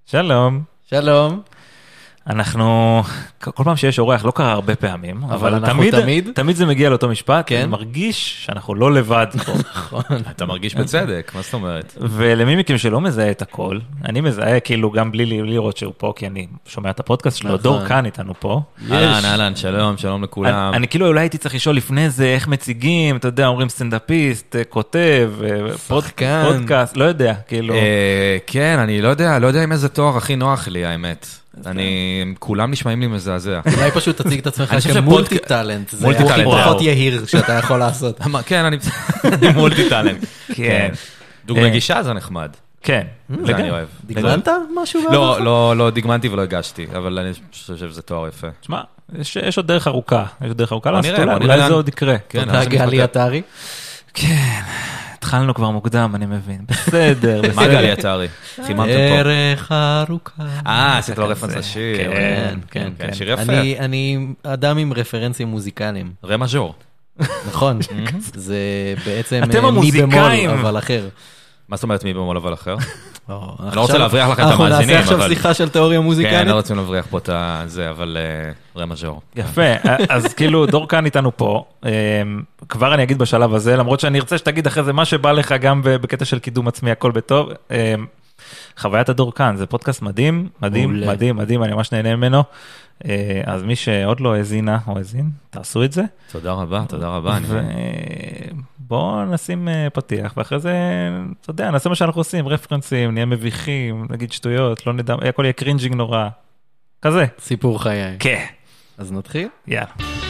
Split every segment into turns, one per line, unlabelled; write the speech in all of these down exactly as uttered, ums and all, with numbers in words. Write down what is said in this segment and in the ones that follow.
שלום.
שלום.
אנחנו, כל פעם שיש אורח, לא קרה הרבה פעמים,
אבל
אבל
אנחנו
תמיד,
תמיד-
תמיד זה מגיע לאותו משפט,
כן.
אני מרגיש שאנחנו לא לבד פה.
נכון.
אתה מרגיש בצדק, מה זאת אומרת?
ולמי מכם שלא מזהה את הכל, אני מזהה כאילו גם בלי לראות שהוא פה, כי אני שומע את הפודקאסט שלו,
נכון.
דור כאן איתנו פה.
אהלן, אהלן, שלום, שלום לכולם.
אני, אני כאילו אולי הייתי צריך לשאול לפני זה איך מציגים, אתה יודע, אומרים סטנדאפיסט, כותב, פוד,
שחקן.
פודקאסט, לא יודע, כאילו.
אה, כן, אני לא יודע, לא יודע עם איזה תואר הכי נוח לי, האמת. אני, כולם נשמעים לי מזעזע.
אולי פשוט תציג את עצמך
אני חושב
כמולטי
שפודק-
טלנט. זה
מולטי
הכי
טלנט,
פחות
וואו.
יהיר שאתה יכול לעשות.
מה, כן, אני מולטי טאלנט.
כן.
דוגמא גישה זה נחמד.
כן.
זה אני אוהב.
דגמנת משהו?
לא,
בעברך?
לא, לא דגמנתי ולא הגשתי, אבל אני חושב שזה תואר יפה.
תשמע, יש, יש עוד דרך ארוכה, יש עוד דרך ארוכה לעשות,
נראה,
אולי,
בוא נראה
אולי
לאן-
זה עוד יקרה.
כן,
תודה
אנחנו
גלי
נתפתח.
עטרי.
כן, התחלנו כבר מוקדם, אני מבין. בסדר, בסדר.
מה גלי עטרי? חיממתם פה.
דרך ארוכה.
אה, עשית לו
כזה.
רפרנס לשיר.
כן, כן,
כן,
כן.
שיר יפה.
אני- אני אדם עם רפרנסים מוזיקליים.
רה מז'ור.
נכון. זה בעצם
אתם
אה, מי במול,
המוזיקאים.
אבל אחר.
מה זאת אומרת מי במול אבל אחר?
לא
אני לא רוצה להבריח לכם את
אנחנו
המאזינים,
נעשה עכשיו
אבל-
שיחה של תיאוריה
כן,
מוזיקלית.
לא רוצים להבריח פה את זה, אבל רה מז'ור.
יפה, אז כאילו דור כאן איתנו פה, אמ, כבר אני אגיד בשלב הזה, למרות שאני ארצה שתגיד אחרי זה מה שבא לך גם בקטע של קידום עצמי, הכל בטוב. אמ, חוויית הדור כאן, זה פודקאסט מדהים, מדהים,
מעולה.
מדהים, מדהים, אני ממש נהנה ממנו. אה, אז מי שעוד לא הזינה או הזין, תעשו את זה.
תודה רבה, תודה רבה. אני-
ובואו נשים אה, פתיח, ואחרי זה, אתה יודע, נעשה מה שאנחנו עושים, רפרנסים, נהיה מביכים, נגיד שטויות, לא נדע, הכל יהיה קרינג'ינג נורא. כזה.
סיפור חיי.
כן.
אז נתחיל?
יאללה.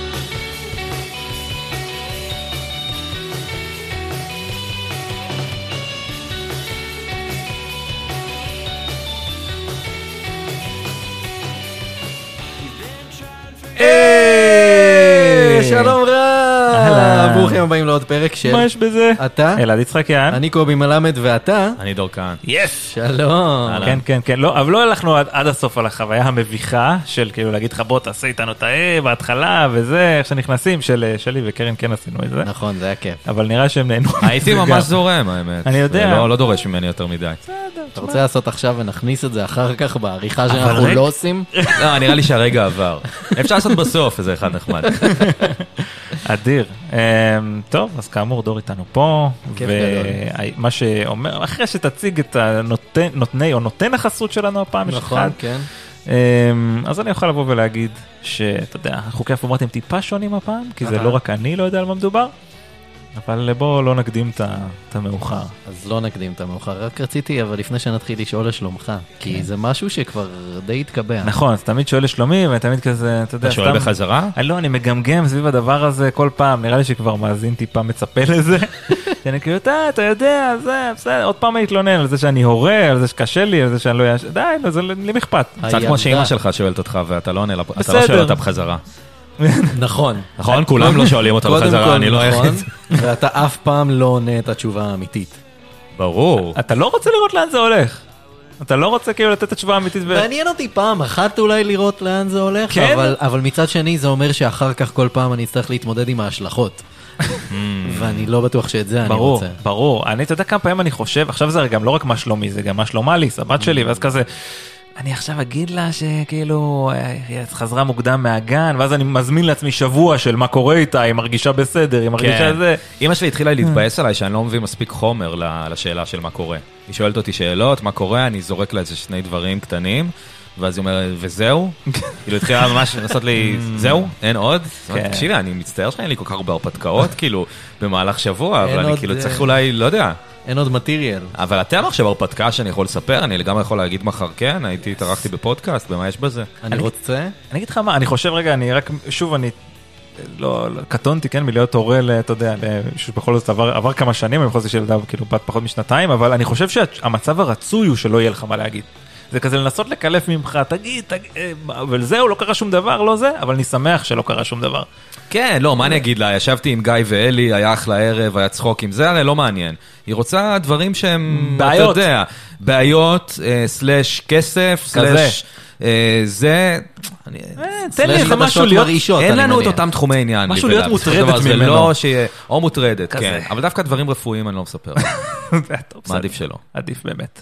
שלום רב!
אהלן.
ברוכים הבאים לעוד פרק של...
מה יש בזה?
אתה?
אלעד יצחקיאן.
אני קובי מלמד ואתה?
אני דור כאן.
יס!
שלום.
כן, כן, כן. לא, אבל לא הלכנו עד, עד הסוף על החוויה המביכה של כאילו להגיד לך בוא תעשה איתנו את ה-A בהתחלה וזה, איך שנכנסים, של שלי וקרן כן עשינו את זה.
נכון, זה היה כיף.
אבל נראה שהם נהנו.
הייתי
מזה גם.
ממש זורם, האמת.
אני יודע.
זה לא- לא דורש ממני יותר מדי.
אתה רוצה לעשות עכשיו ונכניס את זה אחר כך בעריכה שאנחנו
רגע-
לא עושים?
לא, נראה לי שהרגע עבר. אפשר לעשות בסוף איזה אחד נחמד.
אדיר. אמ, טוב, אז כאמור דור איתנו פה.
כיף
ומה שאומר, אחרי שתציג את הנותן, נותני או נותן החסות שלנו הפעם, יש
נכון,
אחד.
כן.
אמ, אז אני יכול לבוא ולהגיד שאתה יודע, חוקי הפורמט הם טיפה שונים הפעם, כי זה
אהה.
לא רק אני לא יודע על מה מדובר, אבל בואו לא נקדים את ה- את המאוחר.
אז לא נקדים את המאוחר, רק רציתי, אבל לפני שנתחיל לשאול לשלומך, כי זה משהו שכבר די התקבע.
נכון, אז תמיד שואל לשלומי, ואני תמיד כזה, אתה יודע,
אתה שואל בחזרה?
אני לא, אני מגמגם סביב הדבר הזה כל פעם, נראה לי שכבר מאזין טיפה מצפה לזה. שאני כאילו, אתה, אתה יודע, זה, בסדר, עוד פעם להתלונן על זה שאני הורה, על זה שקשה לי, על זה שאני לא יש... די, לא, זה למי אכפת.
קצת כמו שאמא שלך שואלת אותך ואתה לא עונה לה, אתה לא
בסדר.
שואל אותה בחזרה.
נכון.
נכון? כולם לא שואלים אותה
קודם
בחזרה,
כל,
אני לא
נכון,
היחיד.
ואתה אף פעם לא עונה את התשובה האמיתית.
ברור.
אתה לא רוצה לראות לאן זה הולך. אתה לא רוצה כאילו לתת את התשובה האמיתית ו...
מעניין אותי פעם אחת אולי לראות לאן זה הולך,
כן?
אבל, אבל מצד שני זה אומר שאחר כך כל פעם אני אצטרך להתמודד עם ההשלכות. ואני לא בטוח שאת זה אני
ברור,
רוצה.
ברור. אני, אתה יודע כמה פעמים אני חושב, עכשיו זה גם לא רק מה שלומי, זה גם מה שלומה ליס, הבת שלי, ואז כזה, אני עכשיו אגיד לה שכאילו, היא חזרה מוקדם מהגן, ואז אני מזמין לעצמי שבוע של מה קורה איתה, היא מרגישה בסדר, היא מרגישה
כן.
זה.
אמא שלי התחילה להתבאס עליי שאני לא מביא מספיק חומר ל- לשאלה של מה קורה. היא שואלת אותי שאלות, מה קורה, אני זורק לה איזה שני דברים קטנים, ואז היא אומרת, וזהו? כאילו התחילה ממש לנסות לי, זהו? אין עוד? תקשיבי, אני מצטער שאין לי כל כך הרבה הרפתקאות, כאילו, במהלך שבוע,
אין
אבל אני
עוד,
כאילו
אה,
צריך אולי, לא יודע.
אין עוד מטריאל.
אבל אתם עכשיו הרפתקה שאני יכול לספר, אני לגמרי יכול להגיד מחר כן, הייתי, התארחתי בפודקאסט, במה יש בזה?
אני רוצה...
אני אגיד לך מה, אני חושב רגע, אני רק, שוב, אני לא, לא קטונתי, כן, מלהיות הורה, ל- אתה יודע, שבכל זאת עבר, עבר כמה שנים, אני חושב שילדה כאילו בת פחות משנתיים, אבל אני חושב שהמצב הרצוי הוא שלא יהיה לך מה להגיד. זה כזה לנסות לקלף ממך, תגיד, תגיד, אבל זהו, לא קרה שום דבר, לא זה, אבל אני שמח שלא קרה שום דבר.
כן, לא, מה אני אגיד לה? ישבתי עם גיא ואלי, היה אחלה ערב, היה צחוק עם זה, הרי לא מעניין. היא רוצה דברים שהם,
בעיות.
אתה יודע, בעיות, אה, סלש כסף, סלש אה, זה... אני-
תן לי
סלש
איזה משהו
חדשות
להיות,
מרעישות,
אין
אני
לנו את
מניח.
אותם תחומי עניין.
משהו
לי
להיות
ולה. בסופו
מוטרדת
של דבר, זה
ממנו.
לא שיהיה, או מוטרדת,
כזה.
כן. אבל דווקא דברים רפואיים אני לא מספר.
זה טוב, בסדר.
מעדיף שלא.
עדיף באמת.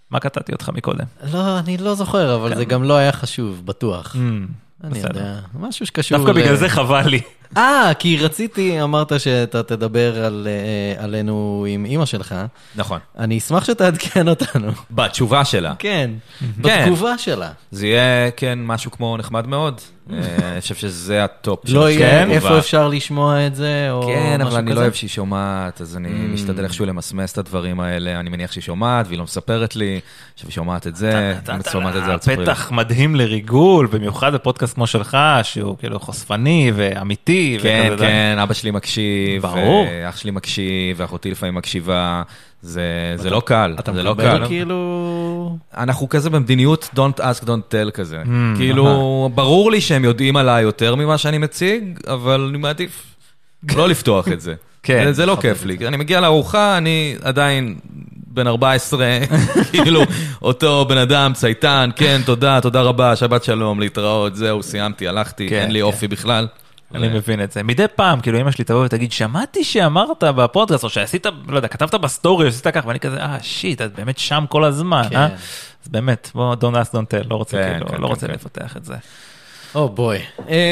מה קטעתי אותך מקודם?
לא, אני לא זוכר, אבל זה גם לא היה חשוב, בטוח. אני
בסדר.
יודע, משהו שקשור...
דווקא בגלל זה חבל לי.
אה, כי רציתי, אמרת שאתה תדבר על, אה, עלינו עם אמא שלך.
נכון.
אני אשמח שתעדכן אותנו.
בתשובה שלה.
כן, בתגובה שלה.
זה יהיה, כן, משהו כמו נחמד מאוד. אני חושב שזה הטופ של
לא יהיה
התגובה.
איפה אפשר לשמוע את זה, או משהו כזה?
כן, אבל אני לא אוהב שהיא שומעת, אז אני משתדל איכשהו למסמס את הדברים האלה. אני מניח שהיא שומעת, והיא לא מספרת לי, שהיא שומעת את זה, אם את שומעת את זה, אל תספרי לי.
פתח מדהים לריגול, במיוחד בפודקאסט כמו שלך, שהוא כאילו חושפני ואמיתי.
כן, כן, אבא שלי מקשיב,
ברור.
אח שלי מקשיב, ואחותי לפעמים מקשיבה. זה זה לא קל,
אתה
זה לא
מקבל
קל.
כאילו...
אנחנו כזה במדיניות don't ask, don't tell כזה. כאילו, ברור לי שהם יודעים עליי יותר ממה שאני מציג, אבל אני מעדיף לא לפתוח את זה.
כן.
זה לא כיף לי. אני מגיע לארוחה, אני עדיין בן ארבע עשרה, כאילו, אותו בן אדם, צייתן, כן, תודה, תודה רבה, שבת שלום, להתראות, זהו, סיימתי, הלכתי, אין לי אופי בכלל.
אני מבין את זה. מדי פעם, כאילו, אמא שלי תבוא ותגיד, שמעתי שאמרת בפודקאסט, או שעשית, לא יודע, כתבת בסטורי, או עשית כך, ואני כזה, אה, שיט, את באמת שם כל הזמן, אה? אז באמת, בוא, don't ask, don't tell, לא רוצה, כאילו, לא רוצה לפתח את זה.
או בוי.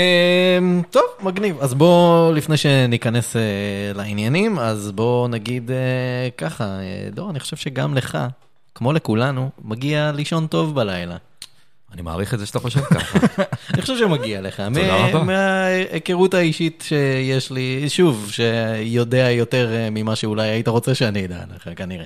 טוב, מגניב. אז בוא, לפני שניכנס לעניינים, אז בוא נגיד ככה, דור, אני חושב שגם לך, כמו לכולנו, מגיע לישון טוב בלילה.
אני מעריך את זה שאתה חושב ככה.
אני חושב שמגיע לך.
תודה רבה.
מההיכרות האישית שיש לי, שוב, שיודע יותר ממה שאולי היית רוצה שאני אדע לך, כנראה.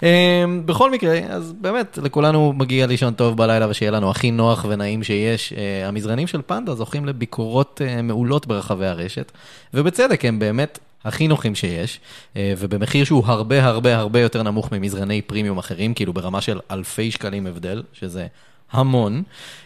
בכל מקרה, אז באמת, לכולנו מגיע לישון טוב בלילה, ושיהיה לנו הכי נוח ונעים שיש. המזרנים של פנדה זוכים לביקורות מעולות ברחבי הרשת, ובצדק הם באמת הכי נוחים שיש, ובמחיר שהוא הרבה הרבה הרבה יותר נמוך ממזרני פרימיום אחרים, כאילו ברמה של אלפי שקלים הבדל, שזה המון,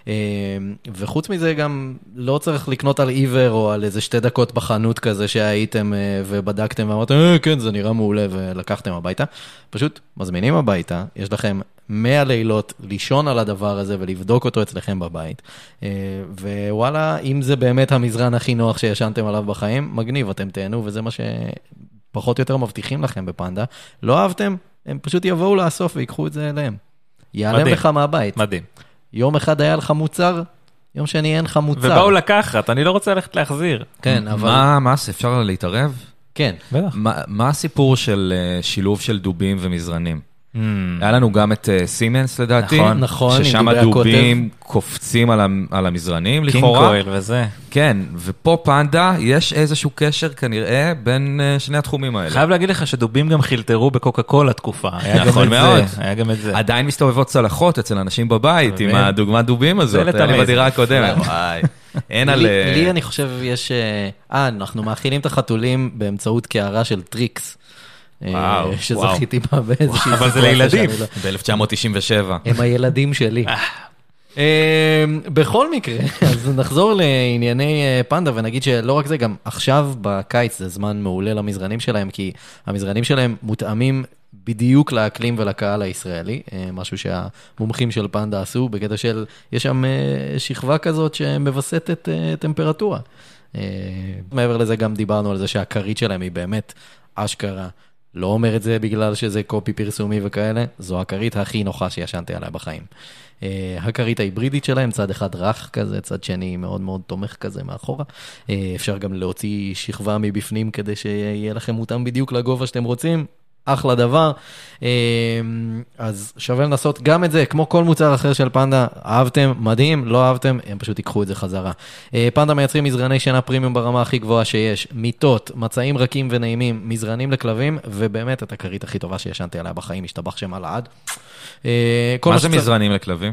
וחוץ מזה גם לא צריך לקנות על עיוור או על איזה שתי דקות בחנות כזה שהייתם ובדקתם ואמרתם, אה, כן, זה נראה מעולה ולקחתם הביתה. פשוט מזמינים הביתה, יש לכם מאה לילות לישון על הדבר הזה ולבדוק אותו אצלכם בבית, ווואלה, אם זה באמת המזרן הכי נוח שישנתם עליו בחיים, מגניב, אתם תהנו, וזה מה שפחות או יותר מבטיחים לכם בפנדה. לא אהבתם, הם פשוט יבואו לאסוף ויקחו את זה אליהם. יעלם לך מהבית.
מדהים.
יום אחד היה לך מוצר, יום שני אין לך מוצר.
ובאו לקחת, אני לא רוצה ללכת להחזיר.
כן, אבל...
מה, מה, אפשר להתערב?
כן.
בטח.
מה, מה הסיפור של uh, שילוב של דובים ומזרנים? היה לנו גם את סימנס לדעתי,
נכון, נכון,
ששם הדובים קופצים על, על המזרנים לכאורה.
קינקויל וזה.
כן, ופה פנדה יש איזשהו קשר כנראה בין uh, שני התחומים האלה.
חייב להגיד לך שדובים גם חילטרו בקוקה קולה תקופה.
נכון מאוד.
היה גם את זה.
עדיין מסתובבות צלחות אצל אנשים בבית עם הדוגמת דובים הזאת, בדירה הקודמת. וואי, אין על...
לי אני חושב יש... אה, אנחנו מאכילים את החתולים באמצעות קערה של טריקס. שזכיתי בה באיזושהי...
אבל זה לילדים.
ב-אלף תשע מאות תשעים ושבע.
הם הילדים שלי. בכל מקרה, אז נחזור לענייני פנדה, ונגיד שלא רק זה, גם עכשיו בקיץ זה זמן מעולה למזרנים שלהם, כי המזרנים שלהם מותאמים בדיוק לאקלים ולקהל הישראלי, משהו שהמומחים של פנדה עשו, בקטע של, יש שם שכבה כזאת שמבסטת טמפרטורה. מעבר לזה גם דיברנו על זה שהקרית שלהם היא באמת אשכרה. לא אומר את זה בגלל שזה קופי פרסומי וכאלה, זו הקרית הכי נוחה שישנתי עליה בחיים. הקרית ההיברידית שלהם, צד אחד רך כזה, צד שני מאוד מאוד תומך כזה מאחורה. אפשר גם להוציא שכבה מבפנים כדי שיהיה לכם מותאם בדיוק לגובה שאתם רוצים. אחלה דבר. אז שווה לנסות גם את זה, כמו כל מוצר אחר של פנדה. אהבתם, מדהים, לא אהבתם, הם פשוט ייקחו את זה חזרה. פנדה מייצרים מזרני שינה פרימיום ברמה הכי גבוהה שיש, מיטות, מצעים רכים ונעימים, מזרנים לכלבים, ובאמת את הכרית הכי טובה שישנתי עליה בחיים, השתבח שם על העד.
מה זה מזרנים לכלבים?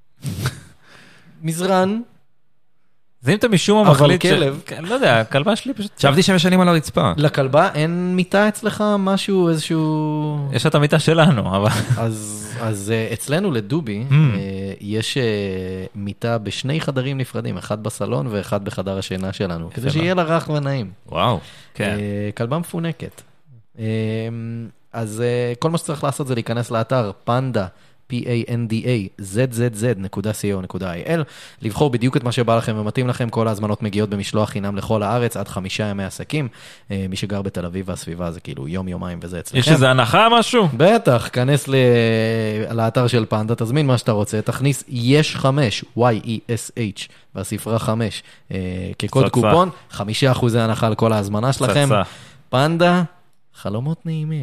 מזרן,
זה אם אתה משום מה מחליט...
אבל כלב.
לא יודע, הכלבה שלי פשוט...
חשבתי שהם ישנים על הרצפה.
לכלבה אין מיטה אצלך משהו, איזשהו...
יש את המיטה שלנו, אבל...
אז, אז אצלנו לדובי, יש מיטה בשני חדרים נפרדים, אחד בסלון ואחד בחדר השינה שלנו, כדי שיהיה לה רך ונעים.
וואו.
כן.
כלבה מפונקת. אז כל מה שצריך לעשות זה להיכנס לאתר פנדה P-A-N-D-A, Z-Z-Z.co.il, לבחור בדיוק את מה שבא לכם ומתאים לכם, כל ההזמנות מגיעות במשלוח חינם לכל הארץ, עד חמישה ימי עסקים, מי שגר בתל אביב והסביבה זה כאילו יום יומיים וזה אצלכם.
יש איזה הנחה משהו?
בטח, כנס לאתר של פנדה, תזמין מה שאתה רוצה, תכניס יש חמש, Y-E-S-H, והספרה חמש, כקוד קופון, חמישה אחוזי הנחה על כל ההזמנה שלכם. פנדה, חלומות נעימים.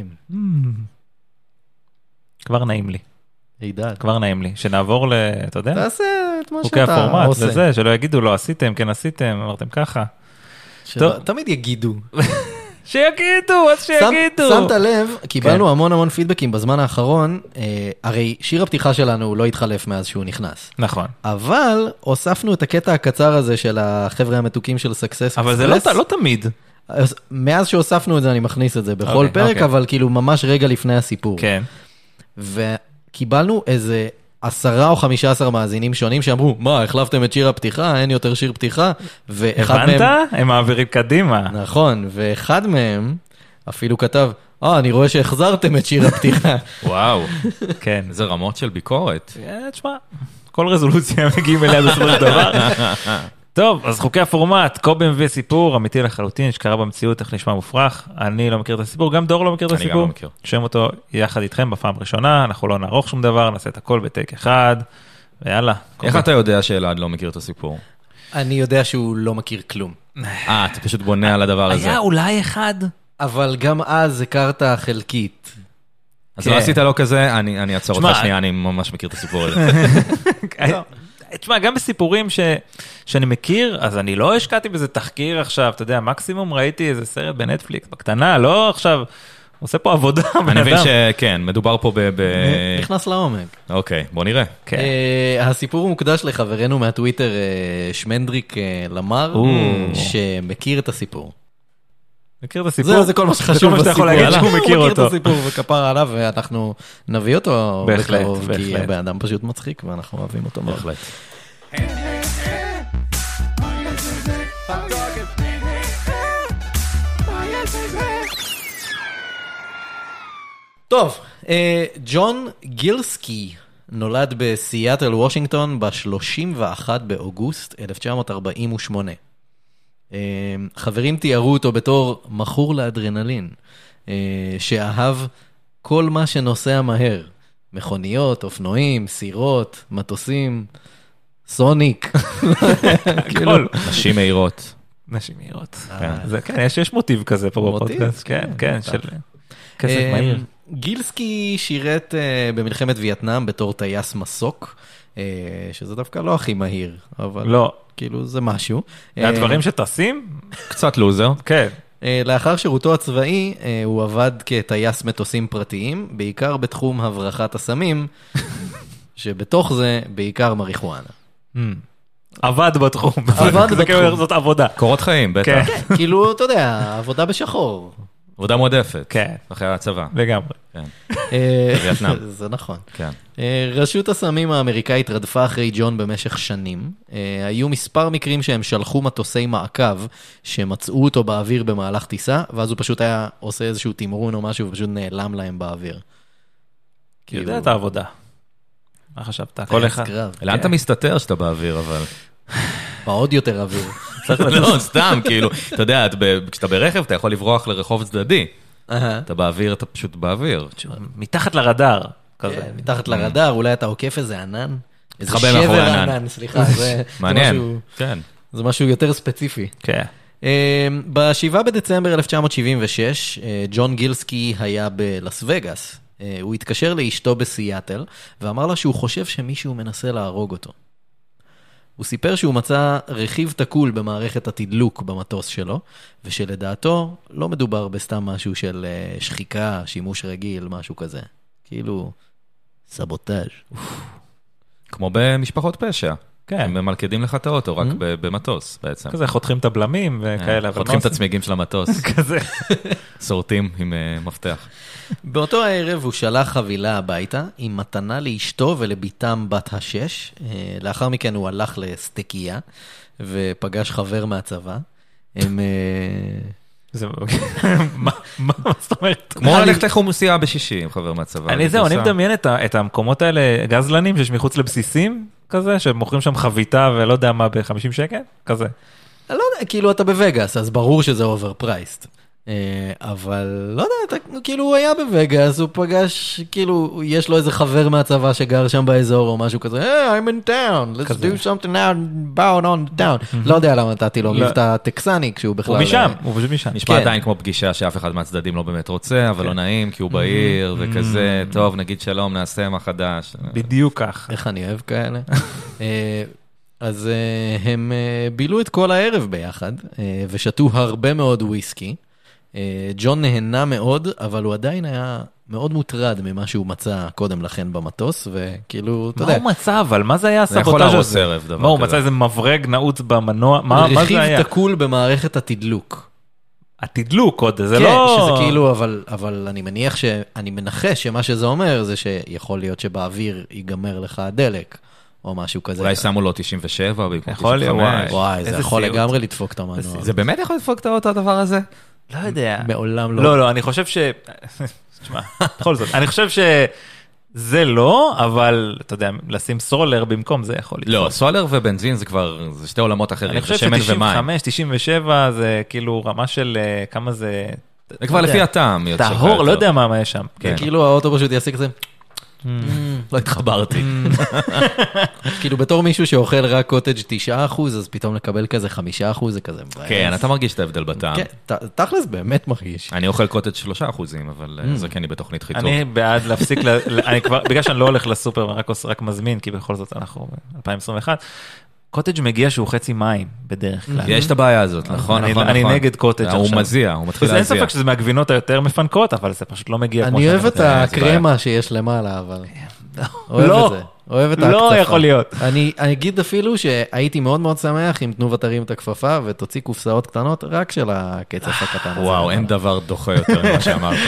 כבר נעים לי.
הידד.
כבר נעים לי. שנעבור ל... אתה יודע?
תעשה את מה
חוקי
שאתה
הפורמט
עושה.
וזה, שלא יגידו, לא עשיתם, כן עשיתם, אמרתם ככה.
תמיד יגידו.
שיגידו, אז שיגידו.
שמת לב, קיבלנו המון המון פידבקים בזמן האחרון, הרי שיר הפתיחה שלנו לא התחלף מאז שהוא נכנס.
נכון.
אבל הוספנו את הקטע הקצר הזה של החבר'ה המתוקים של סקסס.
אבל זה לא תמיד.
מאז שהוספנו את זה אני מכניס את זה בכל פרק, אבל כאילו ממש רגע לפני הסיפור.
כן.
וקיבלנו איזה עשרה או חמישה עשר מאזינים שונים שאמרו, מה, החלפתם את שיר הפתיחה, אין יותר שיר פתיחה,
הבנת? הם מעבירים קדימה.
נכון, ואחד מהם אפילו כתב, אה, אני רואה שהחזרתם את שיר הפתיחה.
וואו,
כן.
איזה רמות של ביקורת.
תשמע, כל רזולוציה מגיעים אליה בסופו של דבר. טוב, אז חוקי הפורמט, קובי מביא סיפור אמיתי לחלוטין, שקרה במציאות, איך נשמע מופרך. אני לא מכיר את הסיפור, גם דור לא מכיר את הסיפור.
אני גם לא מכיר.
שם אותו יחד איתכם בפעם ראשונה, אנחנו לא נערוך שום דבר, נעשה את הכל בטייק אחד, ויאללה.
איך אתה יודע שאלעד לא מכיר את הסיפור?
אני יודע שהוא לא מכיר כלום.
אה, אתה פשוט בונה על הדבר הזה.
היה אולי אחד.
אבל גם אז הכרת חלקית.
אז לא עשית לו כזה, אני אעצור אותך שנייה, אני ממש מכיר את הסיפור הזה.
תשמע, גם בסיפורים ש... שאני מכיר, אז אני לא השקעתי בזה תחקיר עכשיו, אתה יודע, מקסימום ראיתי איזה סרט בנטפליקס, בקטנה, לא עכשיו, עושה פה עבודה.
אני מבין שכן, מדובר פה ב...
נכנס לעומק.
אוקיי, בוא נראה.
הסיפור מוקדש לחברנו מהטוויטר, שמנדריק למר, שמכיר את הסיפור.
מכיר את הסיפור?
זה כל מה שחשוב
בסיפור. שהוא מכיר אותו.
הוא מכיר את הסיפור וכפר עליו, ואנחנו נביא אותו בקרוב, כי הבן אדם פשוט מצחיק, ואנחנו אוהבים אותו מאוד.
בהחלט.
טוב, ג'ון גילסקי נולד בסיאטל, וושינגטון, ב-שלושים ואחד באוגוסט אלף תשע מאות ארבעים ושמונה. חברים תיארו אותו בתור מכור לאדרנלין, שאהב כל מה שנוסע מהר, מכוניות, אופנועים, סירות, מטוסים, סוניק.
נשים מהירות.
נשים מהירות. כן, יש מוטיב כזה פה בפודקאסט. כן, כן, של כסף מהיר.
גילסקי שירת במלחמת וייטנאם בתור טייס מסוק, שזה דווקא לא הכי מהיר, אבל
לא.
כאילו זה משהו.
הדברים שטסים?
קצת לוזר.
כן.
לאחר שירותו הצבאי, הוא עבד כטייס מטוסים פרטיים, בעיקר בתחום הברחת הסמים, שבתוך זה בעיקר מריחואנה.
עבד בתחום.
עבד בתחום.
זאת עבודה.
קורות חיים, בטח.
כאילו, אתה יודע, עבודה בשחור.
עבודה מועדפת.
כן.
אחרי הצבא.
לגמרי.
כן.
וייטנאם. זה נכון.
כן.
רשות הסמים האמריקאית רדפה אחרי ג'ון במשך שנים. היו מספר מקרים שהם שלחו מטוסי מעקב, שמצאו אותו באוויר במהלך טיסה, ואז הוא פשוט היה עושה איזשהו תמרון או משהו, ופשוט נעלם להם באוויר.
יודע את העבודה. מה חשבת? כל אחד.
לאן אתה מסתתר שאתה באוויר, אבל...
בעוד יותר אוויר.
לא, סתם, כאילו, אתה יודע, כשאתה ברכב, אתה יכול לברוח לרחוב צדדי. אתה באוויר, אתה פשוט באוויר.
מתחת לרדאר.
מתחת לרדאר, אולי אתה עוקף איזה ענן. איזה
חבר מאחורי ענן.
ענן, סליחה.
מעניין, כן.
זה משהו יותר ספציפי.
כן.
ב-שבעה בדצמבר אלף תשע מאות שבעים ושש, ג'ון גילסקי היה בלס וגאס. הוא התקשר לאשתו בסיאטל, ואמר לה שהוא חושב שמישהו מנסה להרוג אותו. הוא סיפר שהוא מצא רכיב תקול במערכת התדלוק במטוס שלו, ושלדעתו לא מדובר בסתם משהו של שחיקה, שימוש רגיל, משהו כזה. כאילו, סבוטאז'.
כמו במשפחות פשע.
כן.
הם ממלכדים לך את האוטו, רק במטוס בעצם.
כזה חותכים את הבלמים וכאלה.
חותכים את הצמיגים של המטוס.
כזה.
סורטים עם מפתח.
באותו הערב הוא שלח חבילה הביתה, עם מתנה לאשתו ולביתם בת השש. לאחר מכן הוא הלך לסטקיה, ופגש חבר מהצבא. הם...
זה... מה זאת אומרת?
כמו ללכת לחומוסייה בשישי עם חבר מהצבא.
אני זהו, אני מדמיין את המקומות האלה, גזלנים שיש מחוץ לבסיסים, כזה, שמוכרים שם חביתה ולא יודע מה ב-חמישים שקל, כזה.
אני לא יודע, כאילו אתה בווגאס, אז ברור שזה אוברפרייסט. אבל לא יודע, אתה, כאילו הוא היה בווגאס, הוא פגש, כאילו יש לו איזה חבר מהצבא שגר שם באזור או משהו כזה, hey, I'm in town, let's do something now, bound on the town. לא יודע למה נתתי לו מבטא טקסני כשהוא בכלל...
הוא משם, הוא פשוט משם.
נשמע עדיין כמו פגישה שאף אחד מהצדדים לא באמת רוצה, אבל לא נעים, כי הוא בעיר וכזה, טוב, נגיד שלום, נעשה מה חדש.
בדיוק כך.
איך אני אוהב כאלה. אז הם בילו את כל הערב ביחד, ושתו הרבה מאוד וויסקי. ג'ון נהנה מאוד, אבל הוא עדיין היה מאוד מוטרד ממה שהוא מצא קודם לכן במטוס, וכאילו, אתה יודע.
מה הוא מצא, אבל מה זה היה הסבוטאז' הזה?
זה יכול להרוס ערב, דבר כזה.
מה, הוא מצא איזה מברג נעוץ במנוע? מה זה היה?
רכיב תקול במערכת התדלוק.
התדלוק עוד, זה
כן,
לא...
שזה כאילו, אבל, אבל אני מניח ש... אני מנחש שמה שזה אומר, זה שיכול להיות שבאוויר ייגמר לך הדלק, או משהו כזה.
אולי שמו לו תשעים ושבע,
יכול להיות, וואי.
וואי, זה יכול לגמרי לדפוק את המנוע.
זה באמת יכול לדפוק את אותו הדבר הזה?
לא יודע.
מעולם לא.
לא, לא, אני חושב ש... תשמע, בכל זאת, אני חושב שזה לא, אבל, אתה יודע, לשים סולר במקום זה יכול להיות.
לא, סולר ובנזין זה כבר, זה שתי עולמות אחרים.
אני חושב ש-תשעים וחמש, תשעים ושבע זה כאילו רמה של כמה זה...
זה כבר לפי הטעם.
טהור, לא יודע מה יש שם.
כאילו האוטו פשוט יעשה כזה...
לא התחברתי.
כאילו בתור מישהו שאוכל רק קוטג' תשעה אחוז, אז פתאום לקבל כזה חמישה אחוז, זה כזה מבאס.
כן, אתה מרגיש את ההבדל בטעם.
כן, תכלס באמת מרגיש.
אני אוכל קוטג' שלושה אחוזים, אבל זה כן לי בתוכנית חיתוך.
אני בעד להפסיק, בגלל שאני לא הולך לסופר, רק מזמין, כי בכל זאת אנחנו ב-אלפיים עשרים ואחת, קוטג' מגיע שהוא חצי מים בדרך כלל.
יש את הבעיה הזאת, נכון, נכון, נכון.
אני נגד קוטג' עכשיו.
הוא מזיע, הוא מתחיל להזיע.
אין ספק שזה מהגבינות היותר מפנקות, אבל זה פשוט לא מגיע כמו
אני אוהב את הקרמה שיש למעלה, אבל... אוהב את זה. אוהב את ההקצפה.
לא יכול להיות.
אני אגיד אפילו שהייתי מאוד מאוד שמח אם תנובה תרים את הכפפה ותוציא קופסאות קטנות רק של הקצף הקטן הזה.
וואו, אין דבר דוחה יותר ממה שאמרת.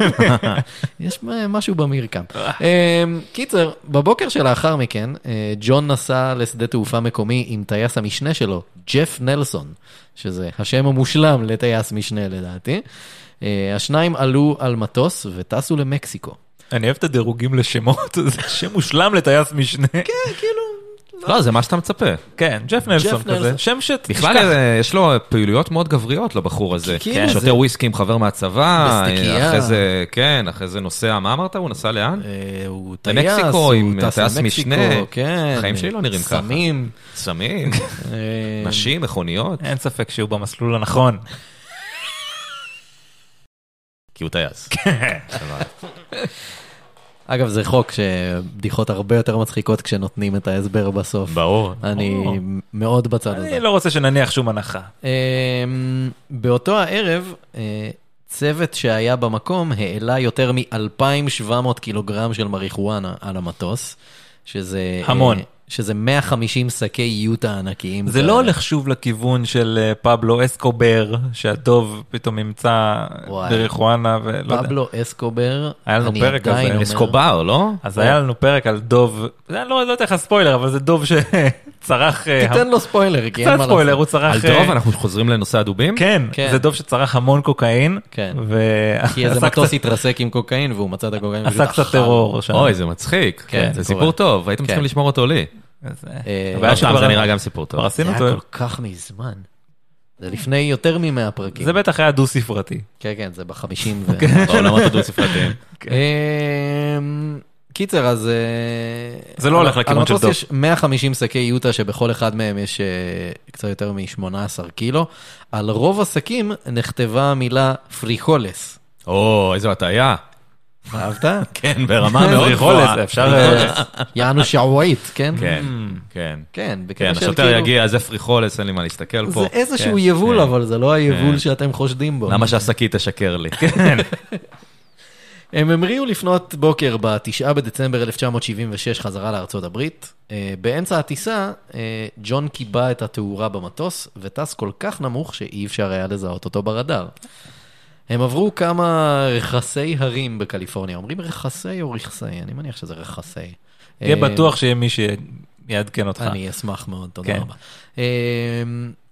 יש משהו במרקם. קיצר, בבוקר שלאחר מכן, ג'ון נסע לשדה תעופה מקומי עם טייס המשנה שלו, ג'ף נלסון, שזה השם המושלם לטייס משנה לדעתי. השניים עלו על מטוס וטסו למקסיקו.
אני אוהב את הדירוגים לשמות, זה שם מושלם לטייס משנה.
כן, כאילו...
לא, זה מה שאתה מצפה.
כן, ג'ף נלסון כזה, שם שת...
בכלל, יש לו פעילויות מאוד גבריות לבחור הזה. כן, שותה וויסקי עם חבר מהצבא, אחרי זה, כן, אחרי זה נוסע, מה אמרת? הוא נסע לאן?
הוא טייס,
למקסיקו, עם טייס משנה.
כן.
החיים שלי לא נראים ככה.
סמים.
סמים. נשים, מכוניות.
אין ספק שהוא במסלול הנכון.
כי הוא טייס.
אגב, זה חוק שבדיחות הרבה יותר מצחיקות כשנותנים את ההסבר בסוף.
ברור.
אני מאוד בצד הזה.
אני לא רוצה שנניח שום הנחה.
באותו הערב, צוות שהיה במקום העלה יותר מ-אלפיים שבע מאות קילוגרם של מריחואנה על המטוס, שזה...
המון.
שזה מאה וחמישים שקי יוטה ענקיים.
זה לא הולך שוב לכיוון של פבלו אסקובר, שהטוב פתאום ימצא בריחואנה ולא יודע.
פבלו אסקובר,
היה לנו פרק על זה.
אסקובר, לא?
אז היה לנו פרק על דוב, אני לא יודע איך הספוילר, אבל זה דוב שצרך...
תיתן לו ספוילר, כי אין מה לעשות.
קצת ספוילר, הוא צרך...
על דוב, אנחנו חוזרים לנושא הדובים?
כן, זה דוב שצרך המון קוקאין.
כן. כי איזה מטוס התרסק עם קוקאין, והוא מצא את הקוקאין.
עשה קצת טרור.
אוי, זה מצחיק. זה סיפור טוב, הייתם צריכים לשמור אותו לי. זה נראה גם סיפור טוב.
זה היה כל כך מזמן. זה לפני יותר ממאה פרקים.
זה בטח היה דו-ספרתי.
כן, כן, זה בחמישים.
בעולמות הדו-ספרתיים.
קיצר, אז...
זה לא הולך לכיוון של
על
דוב.
המטוס יש מאה וחמישים שקי יוטה, שבכל אחד מהם יש קצת יותר מ-שמונה עשר קילו. על רוב השקים נכתבה המילה פריחולס.
או, איזו הטעיה.
אהבת?
כן, ברמה מאוד גבוהה.
אפשר...
יענו שעווית, כן?
כן, כן.
כן,
כן, השוטר יגיע, זה פריחולס, אין לי מה להסתכל פה.
זה איזשהו יבול, אבל זה לא היבול שאתם חושדים בו.
למה שהשקית תשקר לי?
כן.
הם המריאו לפנות בוקר ב-תשעה בדצמבר אלף תשע מאות שבעים ושש חזרה לארצות הברית. באמצע הטיסה, ג'ון קיבע את התאורה במטוס, וטס כל כך נמוך שאי אפשר היה לזהות אותו ברדאר. הם עברו כמה רכסי הרים בקליפורניה. אומרים רכסי או רכסי? אני מניח שזה רכסי.
יהיה בטוח שיהיה מי שיעדכן אותך.
אני אשמח מאוד, תודה רבה.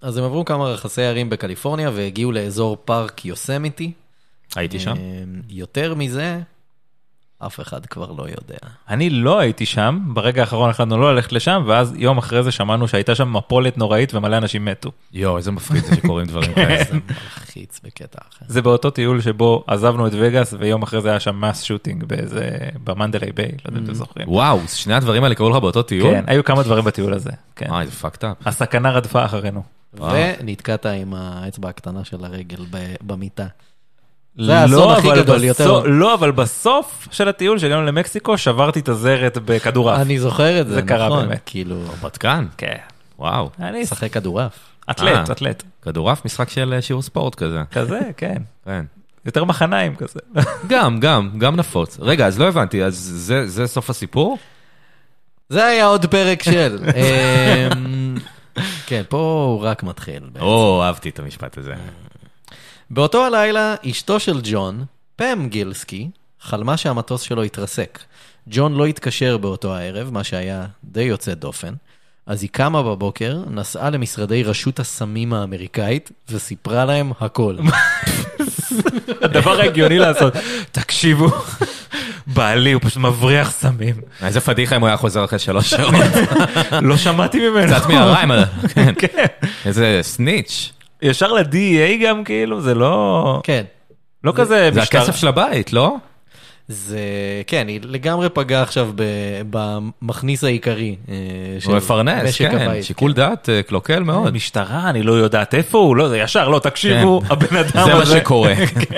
אז הם עברו כמה רכסי ערים בקליפורניה, והגיעו לאזור פארק יוסמיטי.
הייתי שם.
יותר מזה, אף אחד כבר לא יודע.
אני לא הייתי שם, ברגע האחרון החלטנו לא ללכת לשם, ואז יום אחרי זה שמענו שהייתה שם מפולת נוראית ומלא אנשים מתו.
יואו, איזה מפחיד זה שקוראים דברים כאלה.
זה מלחיץ בקטע אחר.
זה באותו טיול שבו עזבנו את וגאס, ויום אחרי זה היה שם מס שוטינג באיזה, במנדלי ביי, לא יודע אם אתם זוכרים.
וואו, שני הדברים האלה קראו לך באותו טיול?
כן, היו כמה דברים בטיול הזה. כן.
אה, זה פאקד אפ.
הסכנה רדפה אחרינו.
ונתקעת עם האצבע הקטנה של הרגל במיטה. זה האסון הכי
אבל
גדול,
בסוף-
יותר.
לא, אבל בסוף של הטיול, שהגענו למקסיקו, שברתי את הזרת בכדורעף.
אני זוכר את זה,
זה קרה
נכון.
באמת.
כאילו,
הרפתקן?
כן.
וואו.
אני
שחק כדורעף.
אתלט,
אה.
אתלט.
כדורעף, משחק של אה, שיעור ספורט כזה.
כזה, כן.
כן.
יותר מחניים כזה.
גם, גם, גם נפוץ. רגע, אז לא הבנתי, אז זה, זה סוף הסיפור?
זה היה עוד פרק של. אמ, כן, פה הוא רק מתחיל. בעצם.
או, אהבתי את המשפט הזה.
באותו הלילה, אשתו של ג'ון, פם גילסקי, חלמה שהמטוס שלו התרסק. ג'ון לא התקשר באותו הערב, מה שהיה די יוצא דופן. אז היא קמה בבוקר, נסעה למשרדי רשות הסמים האמריקאית, וסיפרה להם הכל.
הדבר ההגיוני לעשות, תקשיבו, בעלי הוא פשוט מבריח סמים.
איזה פדיחה אם הוא היה חוזר אחרי שלוש שעות.
לא שמעתי ממנו.
קצת מהריים, כן.
כן.
איזה סניץ'.
ישר ל-די אי איי גם כאילו, זה לא...
כן.
לא כזה
זה
משטר.
הכסף של הבית, לא?
זה, כן, היא לגמרי פגעה עכשיו ב- במכניס העיקרי. אה, של
הוא מפרנס,
משק
כן.
הבית,
שיקול דעת אה, קלוקל מאוד.
משטרה, אני לא יודעת איפה הוא, לא, זה ישר, לא, תקשיבו,
כן.
הבן אדם
זה מה
הזה.
שקורה.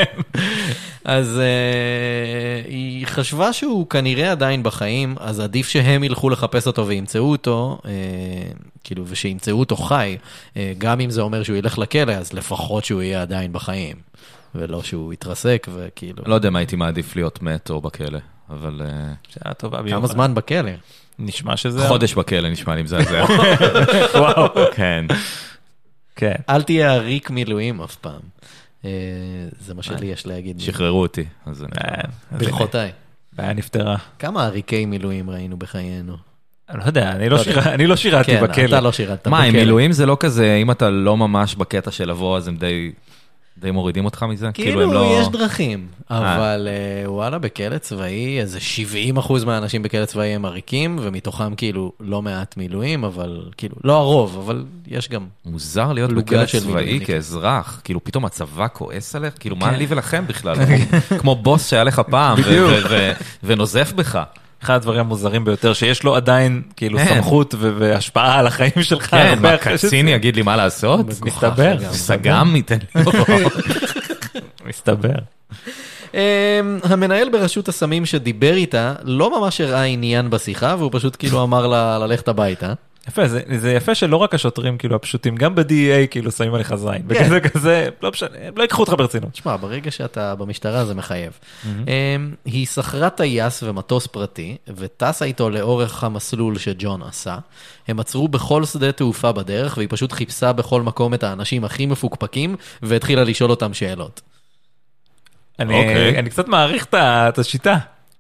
אז uh, היא חשבה שהוא כנראה עדיין בחיים, אז עדיף שהם ילכו לחפש אותו וימצאו אותו, uh, כאילו, ושימצאו אותו חי, uh, גם אם זה אומר שהוא ילך לכלא, אז לפחות שהוא יהיה עדיין בחיים, ולא שהוא יתרסק, וכאילו...
לא יודע מה הייתי מעדיף להיות מת או בכלא, אבל אה,
שעה טובה
כמה
ביוחד.
זמן בכלא?
נשמע שזה...
חודש בכלא נשמע לי מזעזע.
וואו.
כן.
כן.
אל תהיה עריק מילואים אף פעם. Uh, זה מה שלי יש להגיד.
שחררו אותי. אז אני...
אה, אז
ברכותיי.
בעיה נפטרה.
כמה עריקי מילואים ראינו בחיינו?
אני לא יודע, אני לא
לא
שירה- אני לא שירתי
כן,
בכלא.
אתה לא שירת
מה, עם
בכלא.
מילואים זה לא כזה, אם אתה לא ממש בקטע של לבוא, אז הם די... די מורידים אותך מזה?
כאילו,
הם לא...
יש דרכים, אבל אה, וואלה, בכלא צבאי, איזה שבעים אחוז מהאנשים בכלא צבאי הם עריקים, ומתוכם כאילו לא מעט מילואים, אבל כאילו, לא הרוב, אבל יש גם...
מוזר להיות
פלוגה
בכלא
של
צבאי
מילואימניקים.
כאזרח, כאילו פתאום הצבא כועס עליך, כאילו מה
כן.
לי ולכם בכלל? כמו בוס שהיה לך פעם, ו-
בדיוק.
ו- ו- ונוזף בך.
אחד הדברים המוזרים ביותר, שיש לו עדיין כאילו
כן.
סמכות ו- והשפעה על החיים שלך.
כן,
הרבה
מה,
אחרי שזה-
קצין יגיד לי מה לעשות?
מסתבר.
גם.
סגם ייתן לי הוראות.
מסתבר.
אמ, המנהל ברשות הסמים שדיבר איתה, לא ממש הראה עניין בשיחה, והוא פשוט כאילו אמר לה ללכת הביתה.
יפה, זה, זה יפה שלא רק השוטרים כאילו הפשוטים, גם ב-די אי איי כאילו שמים עליך זין. וכזה כזה, לא משנה, הם לא ייקחו אותך ברצינות.
תשמע, ברגע שאתה במשטרה זה מחייב. אמ, היא שכרה טייס ומטוס פרטי, וטסה איתו לאורך המסלול שג'ון עשה. הם עצרו בכל שדה תעופה בדרך, והיא פשוט חיפשה בכל מקום את האנשים הכי מפוקפקים, והתחילה לשאול אותם שאלות.
אני,
אוקיי.
אני קצת מעריך את ה- את השיטה.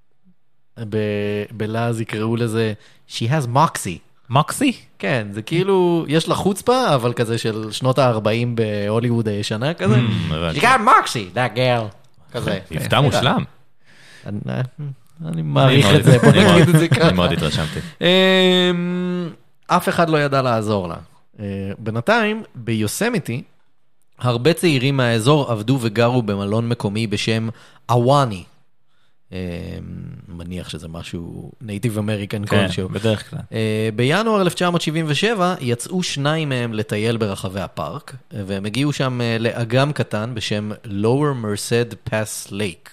ב- בלעז יקראו לזה, she has moxie.
מקסי?
כן, זה כאילו, יש לה חוצפה, אבל כזה של שנות ה-ארבעים בהוליווד הישנה כזה.
הבנתי.
She got moxie, that girl. כזה.
מבטא מושלם.
אני- אני מעריך
אני
את זה, בוא
מאוד- אני
נגיד את זה
מאוד-
ככה.
אני מאוד התרשמתי.
אמ, אף אחד לא ידע לעזור לה. אה, בינתיים, ביוסמיטי, הרבה צעירים מהאזור עבדו וגרו במלון מקומי בשם אוואני. אמ, מניח שזה משהו נייטיב אמריקן
כן,
כלשהו.
בדרך כלל.
אה, בינואר אלף תשע מאות שבעים ושבע יצאו שניים מהם לטייל ברחבי הפארק, והם הגיעו שם אה, לאגם קטן בשם Lower Merced Pass Lake.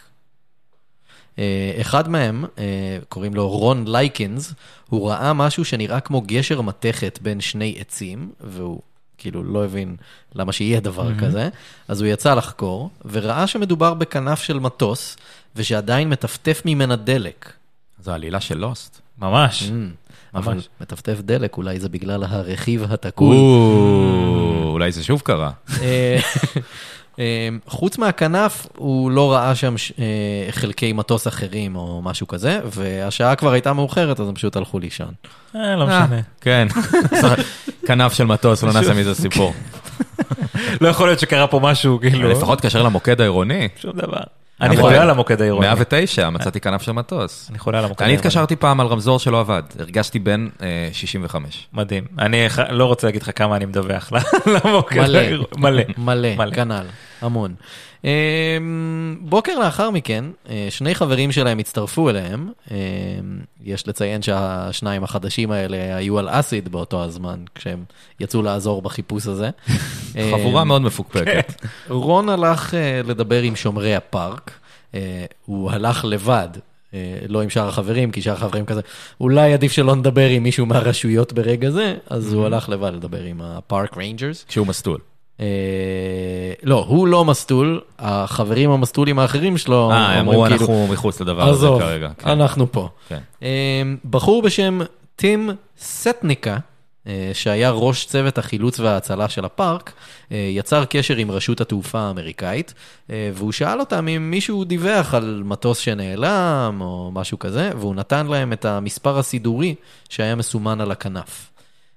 אה, אחד מהם, אה, קוראים לו רון לייקינס, הוא ראה משהו שנראה כמו גשר מתכת בין שני עצים, והוא כאילו לא הבין למה שיהיה דבר mm-hmm. כזה, אז הוא יצא לחקור, וראה שמדובר בכנף של מטוס, ושעדיין מטפטף ממנה דלק.
זו עלילה של לוסט.
ממש.
Mm, אבל
ממש.
מטפטף דלק, אולי זה בגלל הרכיב התקול.
אולי זה שוב קרה.
אה, אה, חוץ מהכנף, הוא לא ראה שם ש- אה, חלקי מטוס אחרים או משהו כזה, והשעה כבר הייתה מאוחרת, אז הם פשוט הלכו לישון.
אה, לא משנה.
כן. כנף של מטוס, לא נעשה מזה סיפור.
לא יכול להיות שקרה פה משהו, כאילו.
לפחות קשר למוקד העירוני.
שום דבר. אני חולה על המוקד העירוני.
מאה ותשע, מצאתי כנף של מטוס.
אני חולה על המוקד
אני
העירוני.
התקשרתי פעם על רמזור שלא עבד, הרגשתי בין שישים וחמש.
מדהים. אני לא רוצה להגיד לך כמה אני מדווח למוקד העירוני. מלא.
מלא, כנ"ל, המון. בוקר לאחר מכן, שני חברים שלהם הצטרפו אליהם. יש לציין שהשניים החדשים האלה היו על אסיד באותו הזמן, כשהם יצאו לעזור בחיפוש הזה.
חבורה מאוד מפוקפקת.
רון הלך לדבר עם שומרי הפארק, הוא הלך לבד, לא עם שאר החברים, כי שאר החברים כזה, אולי עדיף שלא נדבר עם מישהו מהרשויות ברגע זה, אז הוא הלך לבד לדבר עם הפארק ריינג'רס.
כשהוא מסטול.
לא, הוא לא מסטול, החברים המסטולים האחרים שלו,
אה, אמרו אנחנו מחוץ לדבר הזה כרגע.
אנחנו פה. בחור בשם טים סטניקה, שהיה ראש צוות החילוץ וההצלה של הפארק, יצר קשר עם רשות התעופה האמריקאית, והוא שאל אותם אם מישהו דיווח על מטוס שנעלם או משהו כזה, והוא נתן להם את המספר הסידורי שהיה מסומן על הכנף.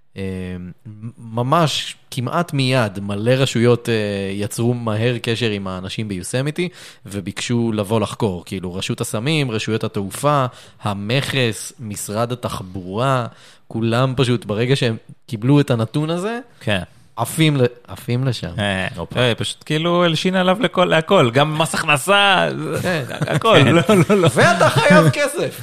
ממש כמעט מיד מלא רשויות יצרו מהר קשר עם האנשים ביוסמיטי וביקשו לבוא לחקור, כאילו רשות הסמים, רשויות התעופה, המכס, משרד התחבורה, כולם פשוט ברגע שהם קיבלו את הנתון הזה,
כן.
עפים, עפים לשם.
פשוט כאילו הלשין עליו להכל, גם מס הכנסה, הכל.
ואתה חייב כסף.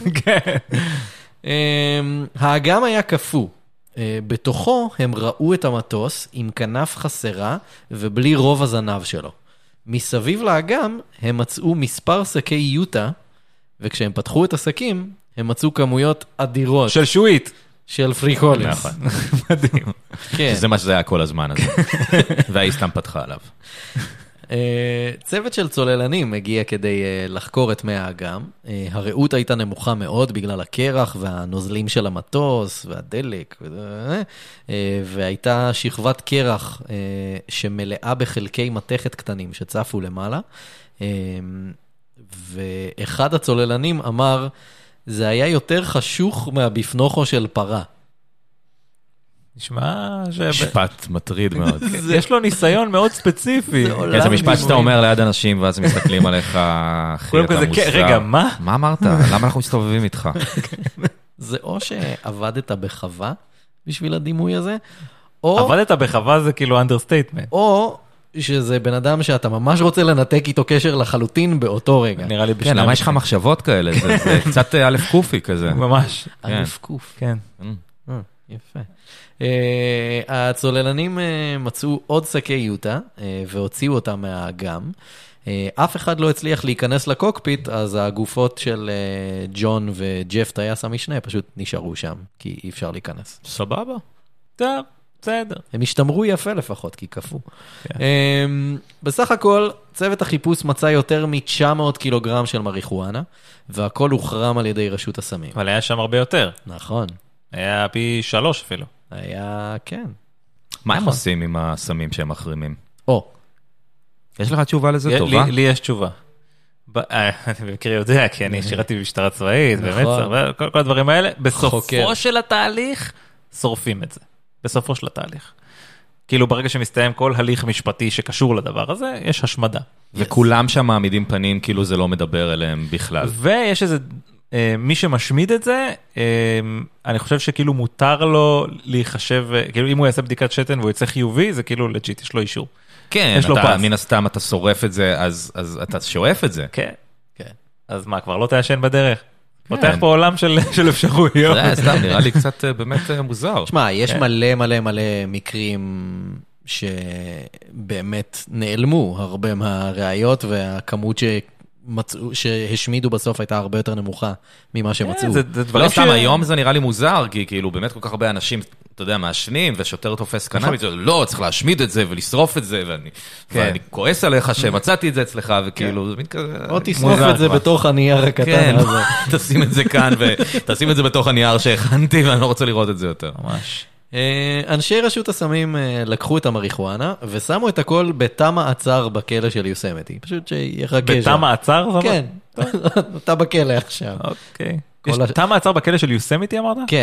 האגם היה קפוא. בתוכו הם ראו את המטוס עם כנף חסרה ובלי רוב הזנב שלו. מסביב לאגם הם מצאו מספר שקי יוטה, וכשהם פתחו את השקים, הם מצאו כמויות אדירות.
של שועית.
של פריקולס.
נכון.
מדהים.
זה מה שזה היה כל הזמן הזה. והיא סתם פתחה עליו.
צוות של צוללנים הגיע כדי לחקור את מי האגם. הרעות הייתה נמוכה מאוד בגלל הקרח והנוזלים של המטוס והדלק, והייתה שכבת קרח שמלאה בחלקי מתכת קטנים שצפו למעלה. ואחד הצוללנים אמר, זה היה יותר חשוך מהבפנוכו של פרה.
נשמע ש...
משפט מטריד מאוד.
יש לו ניסיון מאוד ספציפי.
זה משפט שאתה אומר ליד אנשים, ואז מסתכלים עליך, אחי, אתה מוזר.
רגע, מה?
מה אמרת? למה אנחנו מסתובבים איתך?
זה או שעבדת בחווה בשביל הדימוי הזה,
עבדת בחווה זה כאילו אנדרסטייטמנט.
או שזה בן אדם שאתה ממש רוצה לנתק איתו קשר לחלוטין באותו רגע.
נראה לי בשני...
כן, למה יש לך מחשבות כאלה? זה קצת א' קופי כזה.
ממש.
א' קוף.
כן.
יפה. הצוללנים מצאו עוד שקי יוטה והוציאו אותם מהאגם. אף אחד לא הצליח להיכנס לקוקפיט, אז הגופות של ג'ון וג'ף טייס המשנה פשוט נשארו שם, כי אי אפשר להיכנס.
סבבה.
טוב, בסדר.
הם השתמרו יפה לפחות, כי קפו. בסך הכל, צוות החיפוש מצא יותר מ-תשע מאות קילוגרם של מריחואנה, והכל הוחרם על ידי רשות הסמים.
אבל היה שם הרבה יותר.
נכון.
היה פי שלוש אפילו.
היה, כן.
מה הם עושים עם הסמים שהם מחרימים?
או.
יש לך תשובה לזה טובה?
לי יש תשובה. אני במקרה יודע, כי אני שירתי במשטרה צבאית, באמת, כל הדברים האלה. בסופו של התהליך, שורפים את זה. בסופו של התהליך. כאילו ברגע שמסתיים כל הליך משפטי שקשור לדבר הזה, יש השמדה.
וכולם שם מעמידים פנים, כאילו זה לא מדבר אליהם בכלל.
ויש איזה... מי שמשמיד את זה, אני חושב שכאילו מותר לו להיחשב, כאילו אם הוא יעשה בדיקת שתן והוא יצא חיובי, זה כאילו לג'יט, יש לו אישור.
כן, מן הסתם אתה שורף את זה, אז אתה שואף את זה.
כן, אז מה, כבר לא תישן בדרך? פותח פה עולם של אפשרויות.
זה סתם, נראה לי קצת באמת מוזר.
שמע, יש מלא מלא מלא מקרים שבאמת נעלמו, הרבה מהראיות והכמות ש... שהשמידו בסוף הייתה הרבה יותר נמוכה ממה שמצאו.
לא סתם, היום זה נראה לי מוזר, כי כאילו באמת כל כך הרבה אנשים, אתה יודע, מעשנים, ושוטר תופס קנאביס, לא, צריך להשמיד את זה ולשרוף את זה, ואני כועס עליך שמצאתי את זה אצלך, וכאילו, זה מין כזה...
או תשרוף את זה בתוך הנייר הקטן הזה.
תשים את זה כאן, ותשים את זה בתוך הנייר שהכנתי, ואני לא רוצה לראות את זה יותר.
ממש.
אנשי רשות הסמים לקחו את המריחואנה ושמו את הכל בתא מעצר בכלא של יוסמיטי. פשוט שיחכה שם.
בתא מעצר?
כן. אתה בכלא עכשיו.
אוקיי. יש תא מעצר בכלא של יוסמיטי אמרת?
כן.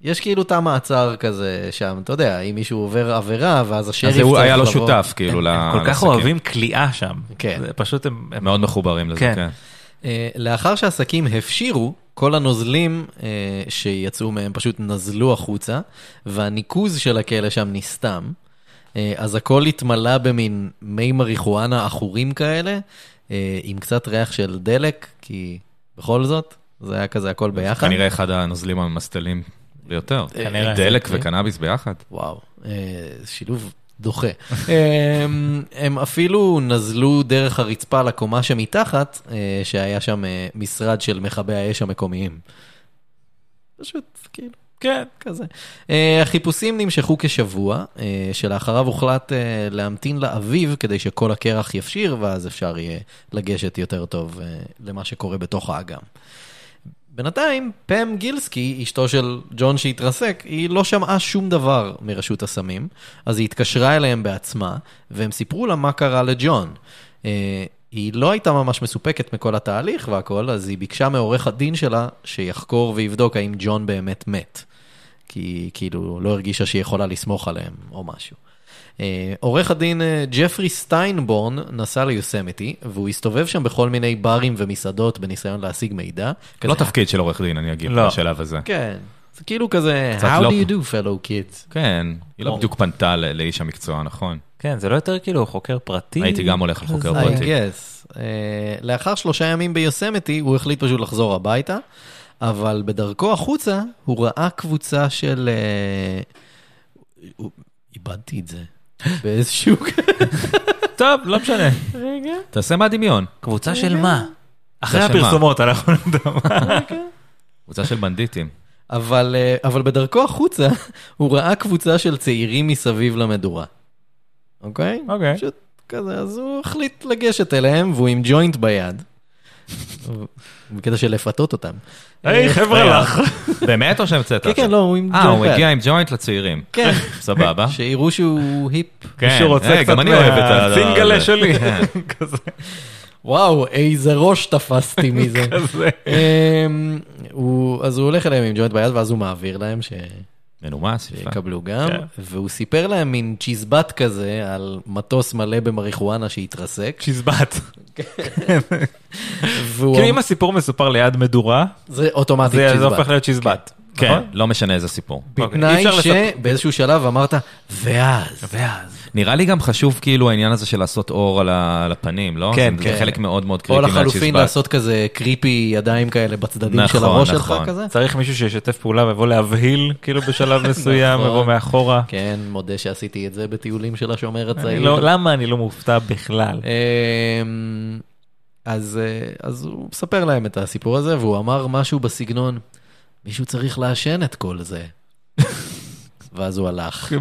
יש כאילו תא מעצר כזה שם, אתה יודע, אם מישהו עובר עבירה, ואז השריף
אז
צריך לבוא.
הוא היה לו שותף, כאילו,
הם כל כך אוהבים כליאה שם.
כן.
פשוט הם...
מאוד מחוברים לזה, כן.
לאחר שהעסקים הפשירו, כל הנוזלים שיצאו מהם פשוט נזלו החוצה, והניקוז של הכלא שם נסתם, אז הכל התמלא במין מי מריחואנה אחורים כאלה, עם קצת ריח של דלק, כי בכל זאת, זה היה כזה הכל ביחד.
כנראה אחד הנוזלים המסטלים ביותר.
כנראה.
דלק וקנאביס ביחד.
וואו, שילוב דוחה. הם אפילו נזלו דרך הרצפה לקומה שמתחת, שהיה שם משרד של מכבי האש המקומיים. פשוט, כאילו.
כן.
כזה. החיפושים נמשכו כשבוע, שלאחריו הוחלט להמתין לאביב, כדי שכל הקרח יפשיר, ואז אפשר יהיה לגשת יותר טוב למה שקורה בתוך האגם. בינתיים, פם גילסקי, אשתו של ג'ון שהתרסק, היא לא שמעה שום דבר מרשות הסמים, אז היא התקשרה אליהם בעצמה, והם סיפרו לה מה קרה לג'ון. היא לא הייתה ממש מסופקת מכל התהליך והכל, אז היא ביקשה מעורך הדין שלה שיחקור ויבדוק האם ג'ון באמת מת. כי כאילו לא הרגישה שהיא יכולה לסמוך עליהם או משהו. עורך הדין ג'פרי סטיינבורן נסע ליוסמיטי, והוא הסתובב שם בכל מיני ברים ומסעדות בניסיון להשיג מידע.
לא תפקיד של עורך דין, אני אגיד בשלב הזה.
כן, זה כאילו כזה, how do you do fellow kids?
כן, היא לא בדיוק פנתה לאיש המקצוע, נכון.
כן, זה לא יותר כאילו חוקר פרטי?
הייתי גם הולך על חוקר פרטי.
Yes. לאחר שלושה ימים ביוסמיטי, הוא החליט פשוט לחזור הביתה, אבל בדרכו החוצה, הוא ראה קבוצה של... איבדתי את זה. באיזשהו...
טוב, לא משנה.
רגע.
תעשה מה דמיון.
קבוצה של מה? אחרי הפרסומות, אנחנו נדע מה.
קבוצה של בנדיטים.
אבל, אבל בדרכו החוצה, הוא ראה קבוצה של צעירים מסביב למדורה. אוקיי?
אוקיי.
פשוט כזה, אז הוא החליט לגשת אליהם, והוא עם ג'וינט ביד. בקטע של לפתות אותם.
היי, חבר'ה לך.
באמת או שהמצאת?
כן, כן, לא, הוא עם ג'וינט
ביד. אה, הוא
ביד.
מגיע עם ג'וינט לצעירים.
כן.
סבבה.
שיראו שהוא היפ.
כן,
רוצה
גם אני אוהב את הדבר הזה.
הסינגלה שלי. כזה.
וואו, איזה ראש תפסתי מזה.
כזה.
אז הוא הולך אליהם עם ג'וינט ביד, ואז הוא מעביר להם
מנומס, יפה.
שיקבלו גם, והוא סיפר להם מין צ'יזבט כזה, על מטוס מלא במריחואנה שהתרסק.
צ'יזבט.
והוא...
כאילו אם הסיפור מסופר ליד מדורה,
זה אוטומטית
זה
צ'יזבט.
הופך להיות צ'יזבט.
כן, לא משנה איזה סיפור.
בתנאי שבאיזשהו שלב אמרת, ואז.
ואז.
נראה לי גם חשוב כאילו העניין הזה של לעשות אור על הפנים, לא?
כן,
זה
כן.
חלק מאוד מאוד
או
קריטי מהצ'יזבט.
לחלופין לעשות כזה קריפי ידיים כאלה בצדדים של הראש שלך כזה.
צריך מישהו שישתף פעולה ויבוא להבהיל, כאילו בשלב מסוים, יבוא מאחורה.
כן, מודה שעשיתי את זה בטיולים של השומר הצעיר.
למה אני לא מופתע בכלל?
אז הוא מספר להם את הסיפור הזה, והוא אמר משהו בסגנון, מישהו צריך לעשן את כל זה. ואז הוא הלך.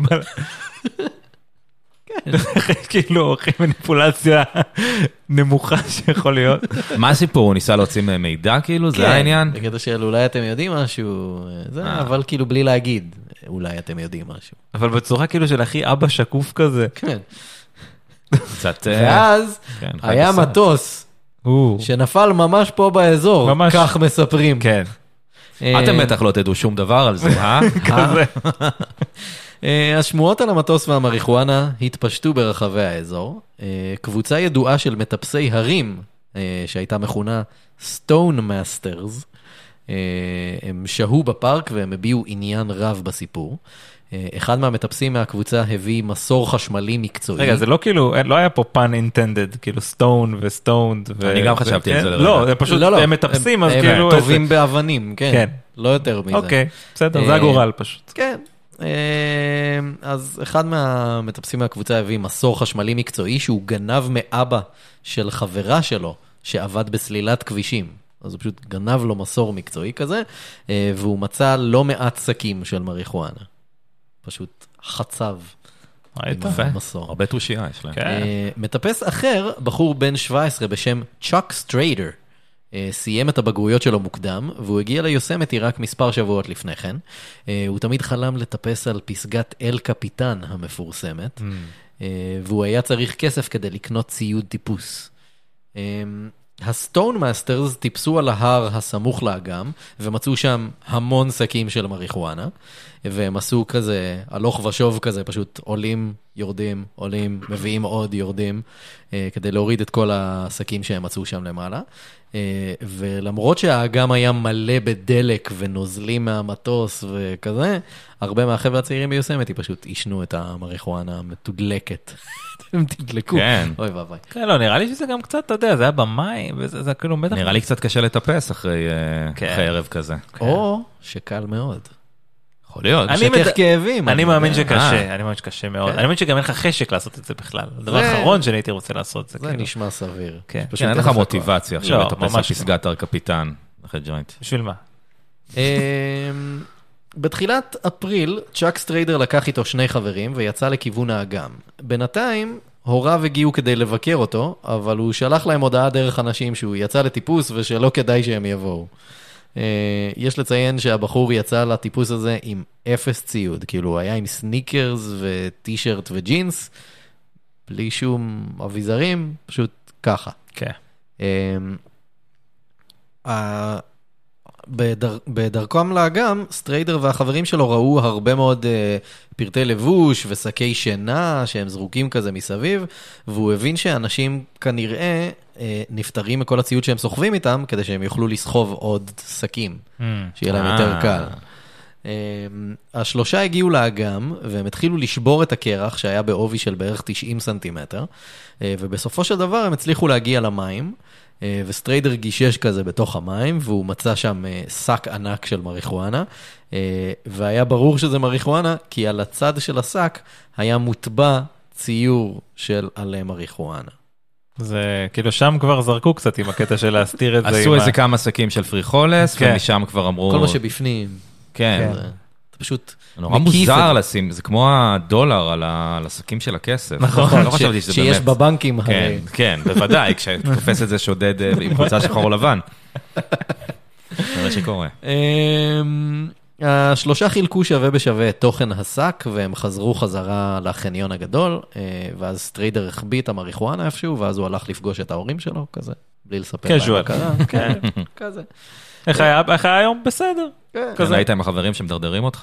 כאילו, הכי מניפולציה נמוכה שיכול להיות.
מה הסיפור? הוא ניסה להוציא מידע כאילו? זה העניין?
בקטע של אולי אתם יודעים משהו, אבל כאילו בלי להגיד, אולי אתם יודעים משהו.
אבל בצורה כאילו של הכי אבא שקוף כזה.
כן.
קצת...
ואז היה מטוס שנפל ממש פה באזור, כך מספרים.
כן.
אתם בטח לא תדעו שום דבר על זה, אה?
כזה.
השמועות על המטוס והמריחואנה התפשטו ברחבי האזור. קבוצה ידועה של מטפסי הרים, שהייתה מכונה Stone Masters, הם שהו בפארק והם הביעו עניין רב בסיפור. אחד מהמטפסים מהקבוצה הביא מסור חשמלי מקצועי.
רגע, זה לא כאילו, לא היה פה pun intended, כאילו סטון וסטונד.
אני גם חשבתי על זה.
לא, זה פשוט, הם מטפסים, אז כאילו...
הם טובים באבנים, כן. לא יותר מזה.
אוקיי, בסדר, זה הגורל פשוט.
כן. אז אחד מהמטפסים מהקבוצה הביא מסור חשמלי מקצועי, שהוא גנב מאבא של חברה שלו, שעבד בסלילת כבישים. אז הוא פשוט גנב לו מסור מקצועי כזה, והוא מצא לא מעט שקים של מריחואנה. פשוט חצב.
יפה, הרבה תושייה יש להם.
מטפס אחר, בחור בן שבע עשרה בשם צ'אק סטריידר, סיים את הבגרויות שלו מוקדם, והוא הגיע ליוסמיטי רק מספר שבועות לפני כן. הוא תמיד חלם לטפס על פסגת אל קפיטן המפורסמת, והוא היה צריך כסף כדי לקנות ציוד טיפוס. הסטון מאסטרס טיפסו על ההר הסמוך לאגם, ומצאו שם המון שקים של מריחואנה, והם עשו כזה, הלוך ושוב כזה, פשוט עולים, יורדים, עולים, מביאים עוד, יורדים, כדי להוריד את כל השקים שהם מצאו שם למעלה. ולמרות שהאגם היה מלא בדלק ונוזלים מהמטוס וכזה, הרבה מהחבר'ה הצעירים ביוסמטי פשוט ישנו את המריחואנה המתודלקת. הם תדלקו.
כן.
אוי ואבוי.
כן, לא, נראה לי שזה גם קצת, אתה יודע, זה היה במים, וזה זה כאילו בטח...
נראה לי קצת קשה לטפס אחרי אחרי ערב כזה.
או שקל מאוד.
יכול להיות.
שכך כאבים.
אני מאמין שקשה, אני מאמין שקשה מאוד. אני מאמין שגם אין לך חשק לעשות את זה בכלל. הדבר האחרון שאני הייתי רוצה לעשות זה כאילו.
זה נשמע סביר.
כן, אין לך מוטיבציה עכשיו לטפס על פסגת הר קפיטן אחרי ג'וינט.
בשביל מה?
בתחילת אפריל, צ'אק סטריידר לקח איתו שני חברים ויצא לכיוון האגם. בינתיים, הוריו הגיעו כדי לבקר אותו, אבל הוא שלח להם הודעה דרך אנשים שהוא יצא לטיפוס ושלא כדאי שהם יבואו. יש לציין שהבחור יצא לטיפוס הזה עם אפס ציוד, כאילו הוא היה עם סניקרס וטישרט וג'ינס, בלי שום אביזרים, פשוט ככה.
כן.
בדר... בדרכם לאגם, סטריידר והחברים שלו ראו הרבה מאוד uh, פרטי לבוש ושקי שינה שהם זרוקים כזה מסביב, והוא הבין שאנשים כנראה uh, נפטרים מכל הציוד שהם סוחבים איתם, כדי שהם יוכלו לסחוב עוד שקים, mm. שיהיה להם יותר קל. Uh, השלושה הגיעו לאגם, והם התחילו לשבור את הקרח, שהיה בעובי של בערך תשעים סנטימטר, uh, ובסופו של דבר הם הצליחו להגיע למים, וסטריידר גישש כזה בתוך המים, והוא מצא שם שק ענק של מריחואנה, והיה ברור שזה מריחואנה, כי על הצד של השק היה מוטבע ציור של עלי מריחואנה.
זה כאילו שם כבר זרקו קצת עם הקטע של להסתיר את זה.
עשו איזה כמה שקים של פריחולס, ומשם כבר אמרו...
כל מה שבפנים.
כן.
אתה פשוט...
נורא מוזר לשים, זה כמו הדולר על השקים של הכסף.
נכון, לא חשבתי שזה באמת. שיש בבנקים.
כן, כן, בוודאי, כשתופס את זה שודד עם חולצה שחור לבן. זה מה שקורה.
השלושה חילקו שווה בשווה את תוכן השק, והם חזרו חזרה לחניון הגדול, ואז סטריידר החביא את המריחואנה איפשהו, ואז הוא הלך לפגוש את ההורים שלו, כזה, בלי לספר להם מה קרה. כן, כזה.
איך היה היום? בסדר.
כזה היית עם החברים שמדרדרים אותך?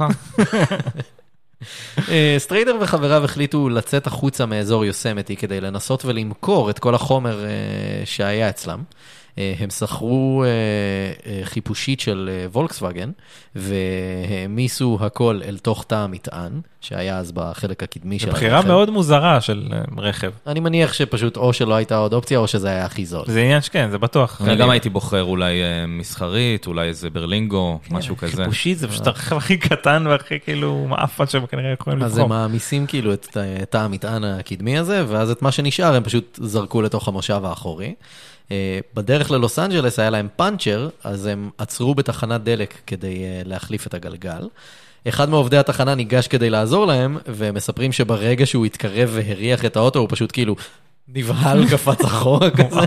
סטריידר וחבריו החליטו לצאת החוצה מאזור יוסמטי כדי לנסות ולמכור את כל החומר שהיה אצלם. הם שכרו חיפושית של וולקסווגן, והעמיסו הכל אל תוך תא המטען, שהיה אז בחלק הקדמי של הרכב.
בחירה מאוד מוזרה של רכב.
אני מניח שפשוט או שלא הייתה עוד אופציה, או שזה היה הכי זול.
זה עניין שכן, זה בטוח.
אני גם הייתי בוחר אולי מסחרית, אולי איזה ברלינגו, משהו כזה.
חיפושית זה פשוט הרכב הכי קטן והכי כאילו מאפן שהם כנראה יכולים לבחור.
אז הם מעמיסים כאילו את תא המטען הקדמי הזה, ואז את מה שנשאר הם פשוט זרקו לתוך המושב האחורי. בדרך ללוס אנג'לס היה להם פאנצ'ר, אז הם עצרו בתחנת דלק כדי להחליף את הגלגל. אחד מעובדי התחנה ניגש כדי לעזור להם, והם מספרים שברגע שהוא התקרב והריח את האוטו, הוא פשוט כאילו נבהל קפץ אחורה כזה.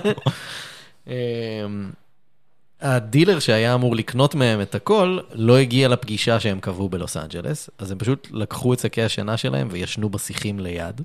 הדילר שהיה אמור לקנות מהם את הכל, לא הגיע לפגישה שהם קבעו בלוס אנג'לס, אז הם פשוט לקחו את שקי השינה שלהם וישנו בשיחים ליד.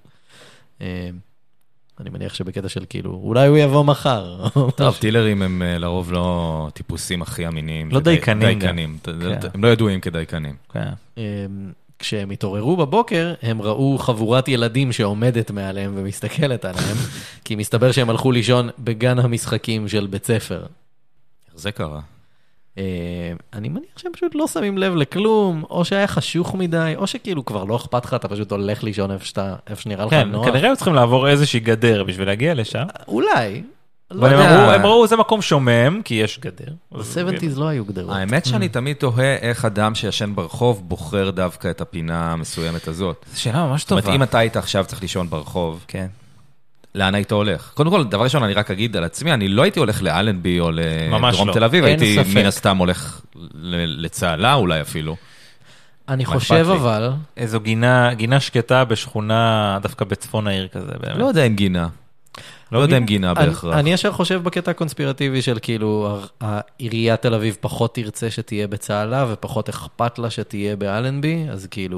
אני מניח שבקטע של כאילו, אולי הוא יבוא מחר.
טוב, דילרים הם לרוב לא טיפוסים הכי אמינים.
לא דייקנים.
הם לא ידועים כדייקנים.
כשהם התעוררו בבוקר, הם ראו חבורת ילדים שעומדת מעליהם ומסתכלת עליהם, כי מסתבר שהם הלכו לישון בגן המשחקים של בית ספר.
איך זה קרה?
אני מניח שהם פשוט לא שמים לב לכלום, או שהיה חשוך מדי, או שכאילו כבר לא אכפת לך, אתה פשוט הולך לישון איפה שנראה לך נוח.
כנראה הם צריכים לעבור איזושהי גדר בשביל להגיע לשם.
אולי.
הם ראו, זה מקום שומם, כי יש גדר.
ב-שבעים לא היו גדרות.
האמת שאני תמיד תוהה איך אדם שישן ברחוב בוחר דווקא את הפינה המסוימת הזאת.
זו שאלה ממש טובה.
זאת אומרת, אם אתה היית עכשיו צריך לישון ברחוב,
כן.
לאן היית הולך? קודם כל, דבר ראשון, אני רק אגיד על עצמי, אני לא הייתי הולך לאלנבי או לדרום תל אביב, הייתי מן הסתם הולך לצהלה אולי אפילו.
אני חושב אבל...
איזו גינה, גינה שקטה בשכונה, דווקא בצפון העיר כזה.
לא יודע אם גינה. לא יודע אם גינה בהכרח.
אני ישר חושב בקטע הקונספירטיבי של כאילו, העיריית תל אביב פחות תרצה שתהיה בצהלה, ופחות אכפת לה שתהיה באלנבי, אז כאילו...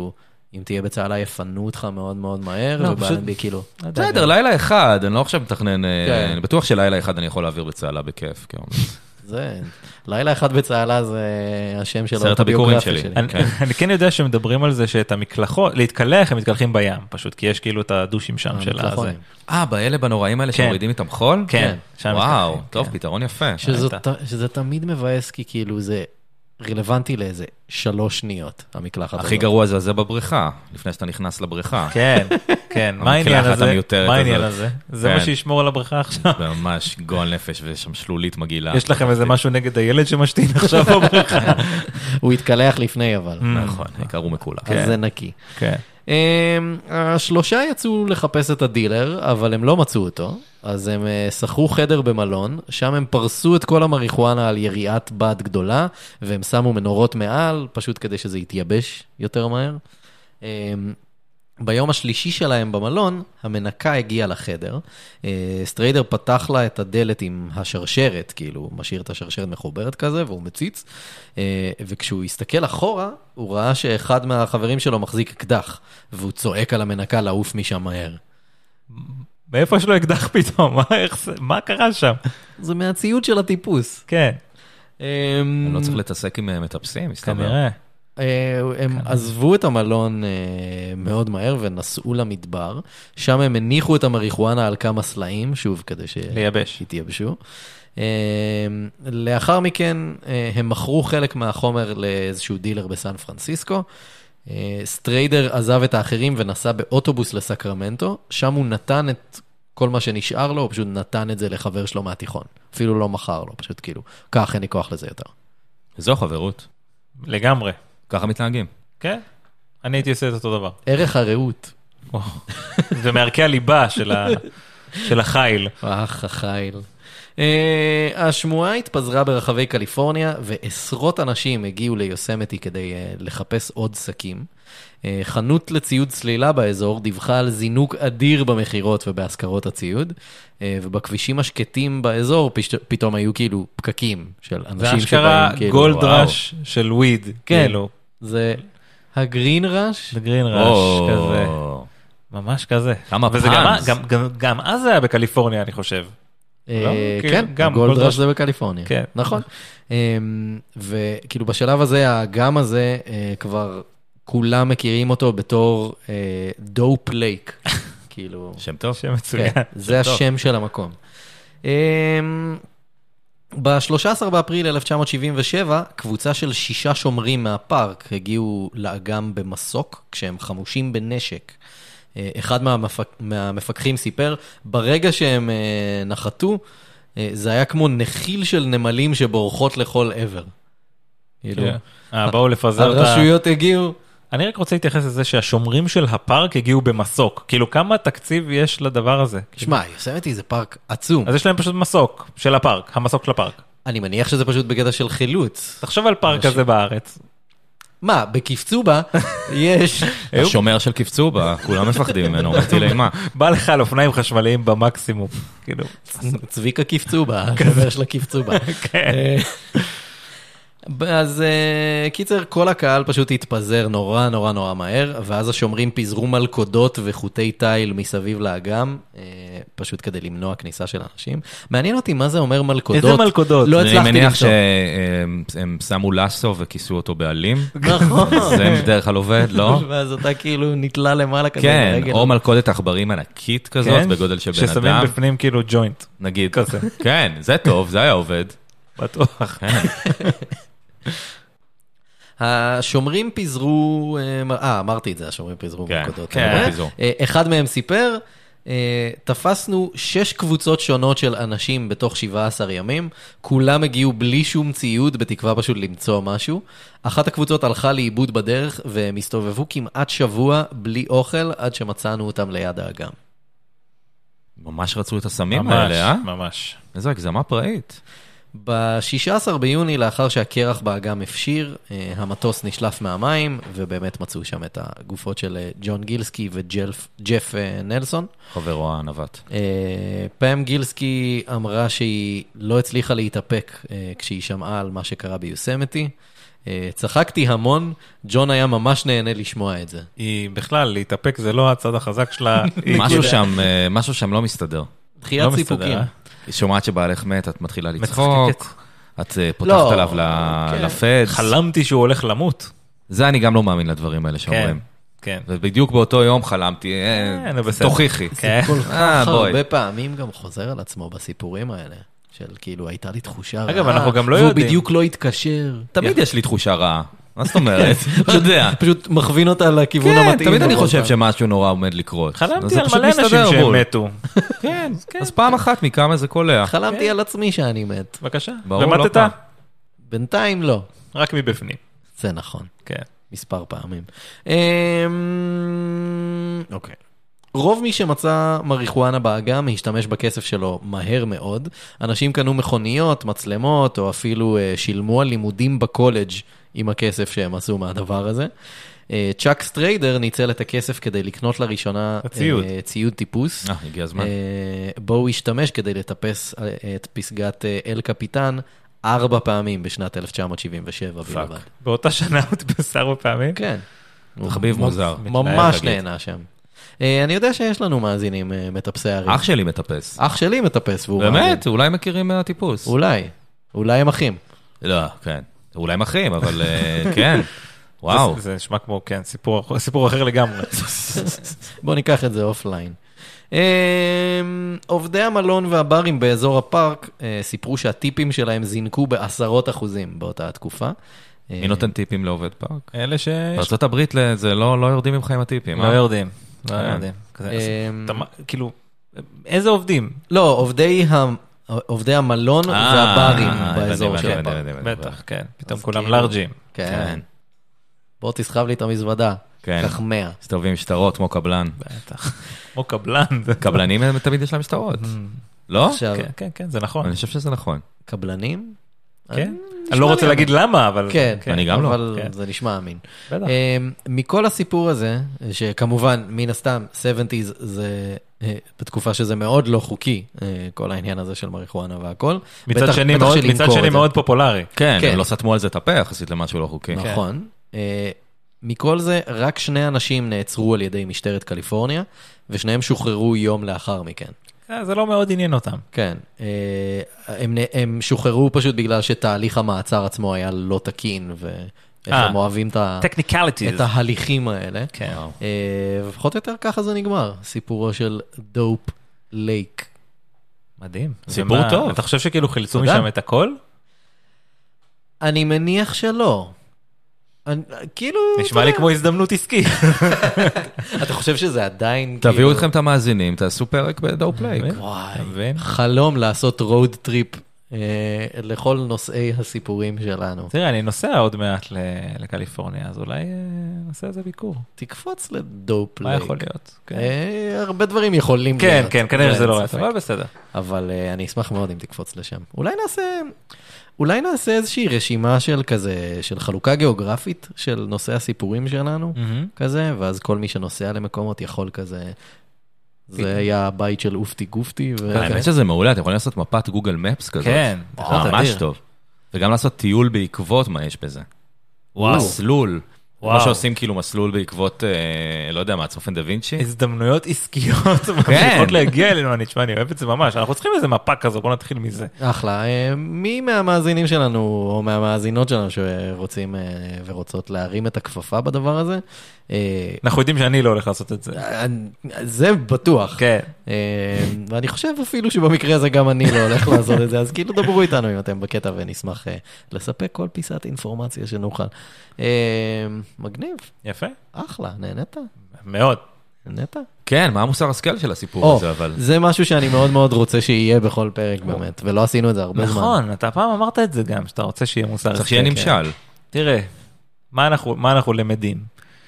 אם תהיה בצהלה יפנו אותך מאוד מאוד מהר,
לא,
ובאלנבי כאילו...
בסדר, לילה אחד, אני לא עכשיו מתכנן, אני בטוח שלילה אחד אני יכול להעביר בצהלה בכיף, כאילו.
זה, לילה אחד בצהלה זה השם של
סרט הביקורים שלי.
אני כן יודע שמדברים על זה שאת המקלחות, להתקלח הם מתקלחים בים, פשוט כי יש כאילו את הדושים שם של הזה.
אה, באלה בנוראים האלה שמורידים איתם חול?
כן.
וואו, טוב, פתרון יפה.
שזה תמיד מבאס, כי כאילו זה רלוונטי לאיזה שלוש שניות, המקלחת.
הכי גרוע זה זה בבריכה, לפני שאתה נכנס לבריכה.
כן, כן. מה העניין הזה? מה העניין הזה? זה מה שישמור על הבריכה עכשיו.
ממש גועל נפש ויש שם שלולית מגעילה.
יש לכם איזה משהו נגד הילד שמשתין עכשיו בבריכה?
הוא התקלח לפני אבל.
נכון, העיקר הוא מקולה.
אז זה נקי.
כן.
השלושה יצאו לחפש את הדילר, אבל הם לא מצאו אותו, אז הם שכרו חדר במלון, שם הם פרסו את כל המריחואנה על יריעת בד גדולה, והם שמו מנורות מעל, פשוט כדי שזה יתייבש יותר מהר. ביום השלישי שלהם במלון, המנקה הגיעה לחדר, סטריידר פתח לה את הדלת עם השרשרת, כאילו משאיר את השרשרת מחוברת כזה, והוא מציץ, וכשהוא הסתכל אחורה, הוא ראה שאחד מהחברים שלו מחזיק אקדח, והוא צועק על המנקה לעוף משם מהר.
מאיפה יש לו אקדח פתאום? מה, איך, מה קרה שם?
זה מהציוד של הטיפוס.
כן.
אני לא צריך להתעסק עם מטפסים, מסתבר.
כנראה.
הם עזבו את המלון מאוד מהר ונסעו למדבר, שם הם הניחו את המריחואנה על כמה סלעים, שוב כדי שיתייבשו. לאחר מכן הם מכרו חלק מהחומר לאיזשהו דילר בסן פרנסיסקו, סטריידר עזב את האחרים ונסע באוטובוס לסקרמנטו, שם הוא נתן את כל מה שנשאר לו, הוא פשוט נתן את זה לחבר שלו מהתיכון, אפילו לא מכר לו, פשוט כאילו, כך אין לי כוח לזה יותר.
זו חברות.
לגמרי.
ככה מתנהגים.
כן, אני הייתי עושה את אותו דבר.
ערך הרעות.
זה מערכי הליבה של החיל.
אך, החיל. השמועה התפזרה ברחבי קליפורניה, ועשרות אנשים הגיעו ליוסמטי כדי לחפש עוד שקים. חנות לציוד צלילה באזור דיווחה על זינוק אדיר במחירות ובהשכרות הציוד, ובכבישים השקטים באזור פתאום היו כאילו פקקים של אנשים שבאים
ואשכרה גולד ראש של וויד.
כן, זה הגרין ראש.
זה גרין ראש כזה. ממש כזה.
כמה פאנס.
גם אז זה היה בקליפורניה, אני חושב.
כן, גולד ראש זה בקליפורניה. נכון. וכאילו בשלב הזה, האגם הזה כבר כולם מכירים אותו בתור דופ לייק. כאילו...
שם טוב.
שם מצוין.
זה השם של המקום. ב-שלושה עשר באפריל אלף תשע מאות שבעים ושבע, קבוצה של שישה שומרים מהפארק הגיעו לאגם במסוק, כשהם חמושים בנשק. אחד מהמפק... מהמפקחים סיפר, ברגע שהם נחתו, זה היה כמו נחיל של נמלים שבורחות לכל עבר.
באו לפזר את ה...
הרשויות הגיעו...
אני רק רוצה להתייחס לזה שהשומרים של הפארק הגיעו במסוק. כאילו, כמה תקציב יש לדבר הזה?
שמע, יוסמטי זה פארק עצום.
אז יש להם פשוט מסוק של הפארק, המסוק של הפארק.
אני מניח שזה פשוט בגדר של חילוץ.
תחשוב על פארק כזה בארץ.
מה, בקפצובה יש...
השומר של קפצובה, כולם מפחדים ממנו, מטילי מה.
בא לך על אופניים חשמליים במקסימום. כאילו.
צביקה קפצובה, השומר של הקפצובה.
כן.
אז קיצר, כל הקהל פשוט התפזר נורא נורא נורא מהר, ואז השומרים פיזרו מלכודות וחוטי תיל מסביב לאגם, פשוט כדי למנוע כניסה של אנשים. מעניין אותי מה זה אומר מלכודות.
איזה מלכודות?
לא הצלחתי
אני מניח
למצוא.
שהם שמו לסו וכיסו אותו בעלים.
נכון.
זה בדרך כלל עובד, לא?
ואז אתה כאילו נתלה למעלה כזה
כן,
ברגל.
או מלכודת עכברים ענקית כזאת, בגודל של בן אדם.
ששמים בפנים כאילו ג'וינט.
נגיד. כן, זה טוב, זה היה עובד.
בטוח.
השומרים פיזרו, אה, אמרתי את זה, השומרים פיזרו מלכודות.
כן, פיזרו.
אחד מהם סיפר, תפסנו שש קבוצות שונות של אנשים בתוך שבעה עשר ימים, כולם הגיעו בלי שום ציוד, בתקווה פשוט למצוא משהו. אחת הקבוצות הלכה לאיבוד בדרך, והם הסתובבו כמעט שבוע בלי אוכל, עד שמצאנו אותם ליד האגם.
ממש רצו את הסמים האלה, אה?
ממש, ממש.
איזו הגזמה פראית.
ב-שישה עשר ביוני, לאחר שהקרח באגם הפשיר, המטוס נשלף מהמים, ובאמת מצאו שם את הגופות של ג'ון גילסקי וג'ף נלסון.
חברו הנווט.
פאם גילסקי אמרה שהיא לא הצליחה להתאפק כשהיא שמעה על מה שקרה ביוסמטי. צחקתי המון, ג'ון היה ממש נהנה לשמוע את זה.
היא בכלל, להתאפק זה לא הצד החזק שלה.
משהו שם, משהו שם לא מסתדר.
דחיית סיפוקים.
היא שומעת שבעלך מת, את מתחילה לצחוק, את פותחת עליו לפד.
חלמתי שהוא הולך למות.
זה אני גם לא מאמין לדברים האלה שאומרים.
כן.
ובדיוק באותו יום חלמתי, תוכיחי.
כל כך הרבה פעמים גם חוזר על עצמו בסיפורים האלה. של כאילו, הייתה לי תחושה רעה.
אגב, אנחנו גם לא
והוא
יודעים.
בדיוק לא התקשר.
תמיד יש לי תחושה רעה. מה זאת אומרת?
פשוט מכווין אותה לכיוון
כן,
המתאים.
תמיד אני חושב שמשהו נורא עומד לקרות.
חלמתי על מלא אנשים שהם מתו.
כן, אז פעם אחת מכמה זה קולע.
חלמתי על עצמי שאני מת.
בבקשה.
ברור, לא
ומתת?
פעם.
בינתיים לא.
רק מבפנים.
זה נכון.
כן.
מספר פעמים. אוקיי. רוב מי שמצא מריחואנה באגם השתמש בכסף שלו מהר מאוד. אנשים קנו מכוניות, מצלמות, או אפילו שילמו על לימודים בקולג' עם הכסף שהם עשו מהדבר הזה. צ'אק סטריידר ניצל את הכסף כדי לקנות לראשונה
הציוד.
ציוד טיפוס.
אה, הגיע הזמן.
בו הוא השתמש כדי לטפס את פסגת אל קפיטן ארבע פעמים בשנת אלף תשע מאות שבעים ושבע בלבד.
באותה שנה הוא טיפס ארבע פעמים?
כן.
חביב מוזר.
ממש נהנה שם. אני יודע שיש לנו מאזינים מטפסי ערים.
אח שלי מטפס.
אח שלי מטפס והוא מאזין.
באמת? אולי מכירים מהטיפוס.
אולי. אולי הם אחים.
לא, כן. אולי הם אחים, אבל כן. וואו.
זה נשמע כמו, כן, סיפור אחר לגמרי.
בוא ניקח את זה אופליין. עובדי המלון והברים באזור הפארק סיפרו שהטיפים שלהם זינקו בעשרות אחוזים באותה התקופה.
מי נותן טיפים לעובד פארק?
אלה ש...
בארצות הברית זה לא יורדים ממך עם הטיפים.
לא יורדים. לא יורדים. כאילו, איזה עובדים?
לא, עובדי המלון והברים באזור של הפארק.
בטח, כן. פתאום כולם לארג'ים.
כן. בוא תסחב לי את המזוודה. כך מאה.
מסתובבים שטרות כמו קבלן.
בטח. כמו קבלן.
קבלנים תמיד יש להם שטרות. לא?
כן, כן, כן, זה נכון.
אני חושב שזה נכון.
קבלנים?
כן. אני לא רוצה להגיד למה, אבל...
כן,
אני גם לא.
אבל זה נשמע אמין.
בטח.
מכל הסיפור הזה, שכמובן, מן הסתם, שבעים זה בתקופה שזה מאוד לא חוקי, כל העניין הזה של מריחואנה והכל.
מצד שני מאוד פופולרי.
כן, הם לא סתמו על זה את הפה, יחסית למשהו לא חוקי.
נכון. מכל זה, רק שני אנשים נעצרו על ידי משטרת קליפורניה, ושניהם שוחררו יום לאחר מכן.
זה לא מאוד עניין אותם.
כן. הם, הם שוחררו פשוט בגלל שתהליך המעצר עצמו היה לא תקין, ואיך הם אוהבים את ההליכים האלה.
כן.
ופחות או יותר ככה זה נגמר, סיפורו של דופ לייק.
מדהים.
סיפור טוב.
אתה חושב שכאילו חילצו משם את הכל?
אני מניח שלא. כאילו...
נשמע לי כמו הזדמנות עסקית.
אתה חושב שזה עדיין...
תביאו אתכם את המאזינים, תעשו פרק בדופ לייק.
וואי, חלום לעשות רוד טריפ לכל נושאי הסיפורים שלנו.
תראה, אני נוסע עוד מעט לקליפורניה, אז אולי נעשה איזה ביקור.
תקפוץ לדופ לייק.
מה יכול להיות?
הרבה דברים יכולים
להיות. כן, כן, כנראה שזה לא רע, אבל בסדר.
אבל אני אשמח מאוד אם תקפוץ לשם. אולי נעשה... אולי נעשה איזושהי רשימה של כזה, של חלוקה גיאוגרפית של נושא הסיפורים שלנו, כזה, ואז כל מי שנוסע למקומות יכול כזה, זה היה הבית של אופטי גופטי.
האמת שזה מעולה, אתם יכולים לעשות מפת גוגל מפס כזאת.
כן.
ממש טוב. וגם לעשות טיול בעקבות מה יש בזה. מסלול. כמו שעושים כאילו מסלול בעקבות, לא יודע מה, צופן דה וינצ'י.
הזדמנויות עסקיות ממשיכות להגיע אלינו, אני תשמע, אני אוהב את זה ממש. אנחנו צריכים איזה מפה כזו, בוא נתחיל מזה.
אחלה. מי מהמאזינים שלנו, או מהמאזינות שלנו, שרוצים ורוצות להרים את הכפפה בדבר הזה?
אנחנו יודעים שאני לא הולך לעשות את זה.
זה בטוח.
כן.
ואני חושב אפילו שבמקרה הזה גם אני לא הולך לעשות את זה, אז כאילו דברו איתנו אם אתם בקטע ונשמח לספק כל פיסת אינפורמציה שנוכל. מגניב.
יפה.
אחלה, נהנית?
מאוד.
נהנית?
כן, מה המוסר השכל של הסיפור הזה, אבל...
זה משהו שאני מאוד מאוד רוצה שיהיה בכל פרק באמת, ולא עשינו את זה הרבה זמן.
נכון, אתה פעם אמרת את זה גם, שאתה רוצה שיהיה מוסר השכל.
צריך שיהיה נמשל.
תראה, מה אנחנו, מה אנחנו למדים?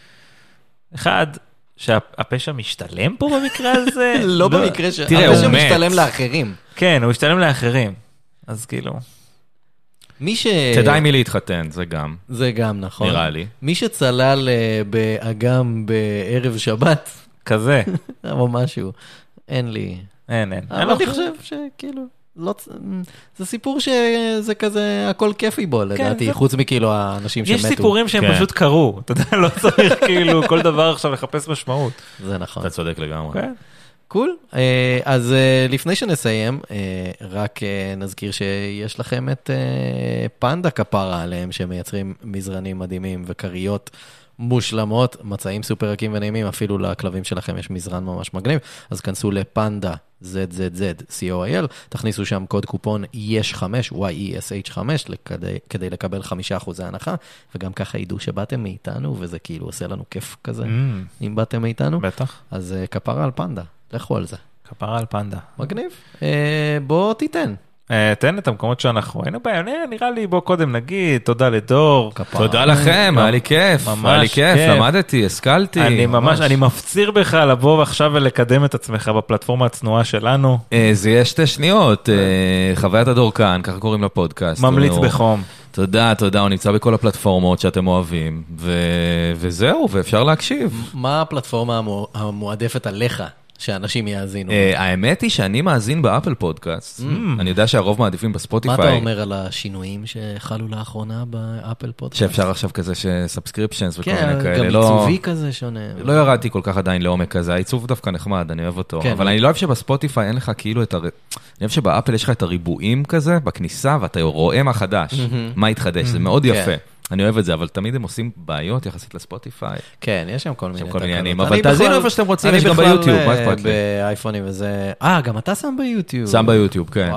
אחד, שהפשע משתלם פה במקרה הזה?
לא במקרה ש... הפשע משתלם לאחרים.
כן, הוא משתלם לאחרים. אז כאילו...
מי ש...
תדעי מי להתחתן, זה גם.
זה גם, נכון.
נראה לי.
מי שצלל באגם בערב שבת.
כזה.
או משהו. אין לי...
אין, אין.
אבל אני חושב שכאילו... לא, זה סיפור שזה כזה, הכל כיפי בו, לדעתי, חוץ מכאילו האנשים שמתו.
יש סיפורים שהם פשוט קרו, אתה יודע, לא צריך כאילו כל דבר עכשיו לחפש משמעות.
זה נכון.
אתה צודק לגמרי.
קול. אז לפני שנסיים, רק נזכיר שיש לכם את פנדה כפרה עליהם, שמייצרים מזרנים מדהימים וקריות מושלמות, מצעים סופר רכים ונעימים, אפילו לכלבים שלכם יש מזרן ממש מגניב, אז כנסו לפנדה, זד זד זד, סי או איי אל, תכניסו שם קוד קופון יש חמש, וואי אי אס אייץ' חמש, כדי, כדי לקבל חמישה אחוזי הנחה, וגם ככה ידעו שבאתם מאיתנו, וזה כאילו עושה לנו כיף כזה, mm. אם באתם מאיתנו.
בטח.
אז uh, כפרה על פנדה, לכו על זה.
כפרה על פנדה.
מגניב. Uh, בוא תיתן.
תן את המקומות שאנחנו היינו בהם, נראה לי בוא קודם נגיד, תודה לדור.
תודה לכם, היה לי כיף, היה לי כיף, למדתי, השכלתי.
אני ממש, אני מפציר בך לבוא עכשיו ולקדם את עצמך בפלטפורמה הצנועה שלנו.
זה יהיה שתי שניות, חוויית הדור כאן, ככה קוראים לפודקאסט.
ממליץ בחום.
תודה, תודה, הוא נמצא בכל הפלטפורמות שאתם אוהבים, וזהו, ואפשר להקשיב.
מה הפלטפורמה המועדפת עליך? שאנשים יאזינו.
האמת היא שאני מאזין באפל פודקאסט. אני יודע שהרוב מעדיפים בספוטיפיי.
מה אתה אומר על השינויים שחלו לאחרונה באפל פודקאסט?
שאפשר עכשיו כזה שסאבסקריפשנס וכל מיני כאלה.
כן, גם עיצובי כזה שונה.
לא ירדתי כל כך עדיין לעומק כזה. העיצוב דווקא נחמד, אני אוהב אותו. אבל אני לא אוהב שבספוטיפיי אין לך כאילו את הר... אני אוהב שבאפל יש לך את הריבועים כזה בכניסה, ואתה רואה מה חדש, מה התחדש. זה מאוד יפה. אני אוהב את זה, אבל תמיד הם עושים בעיות יחסית לספוטיפיי.
כן, יש שם כל מיני
עניינים, אבל תאזינו איפה שאתם רוצים, יש גם ביוטיוב, מה אכפת לי?
באייפונים וזה... אה, גם אתה שם ביוטיוב.
שם ביוטיוב, כן.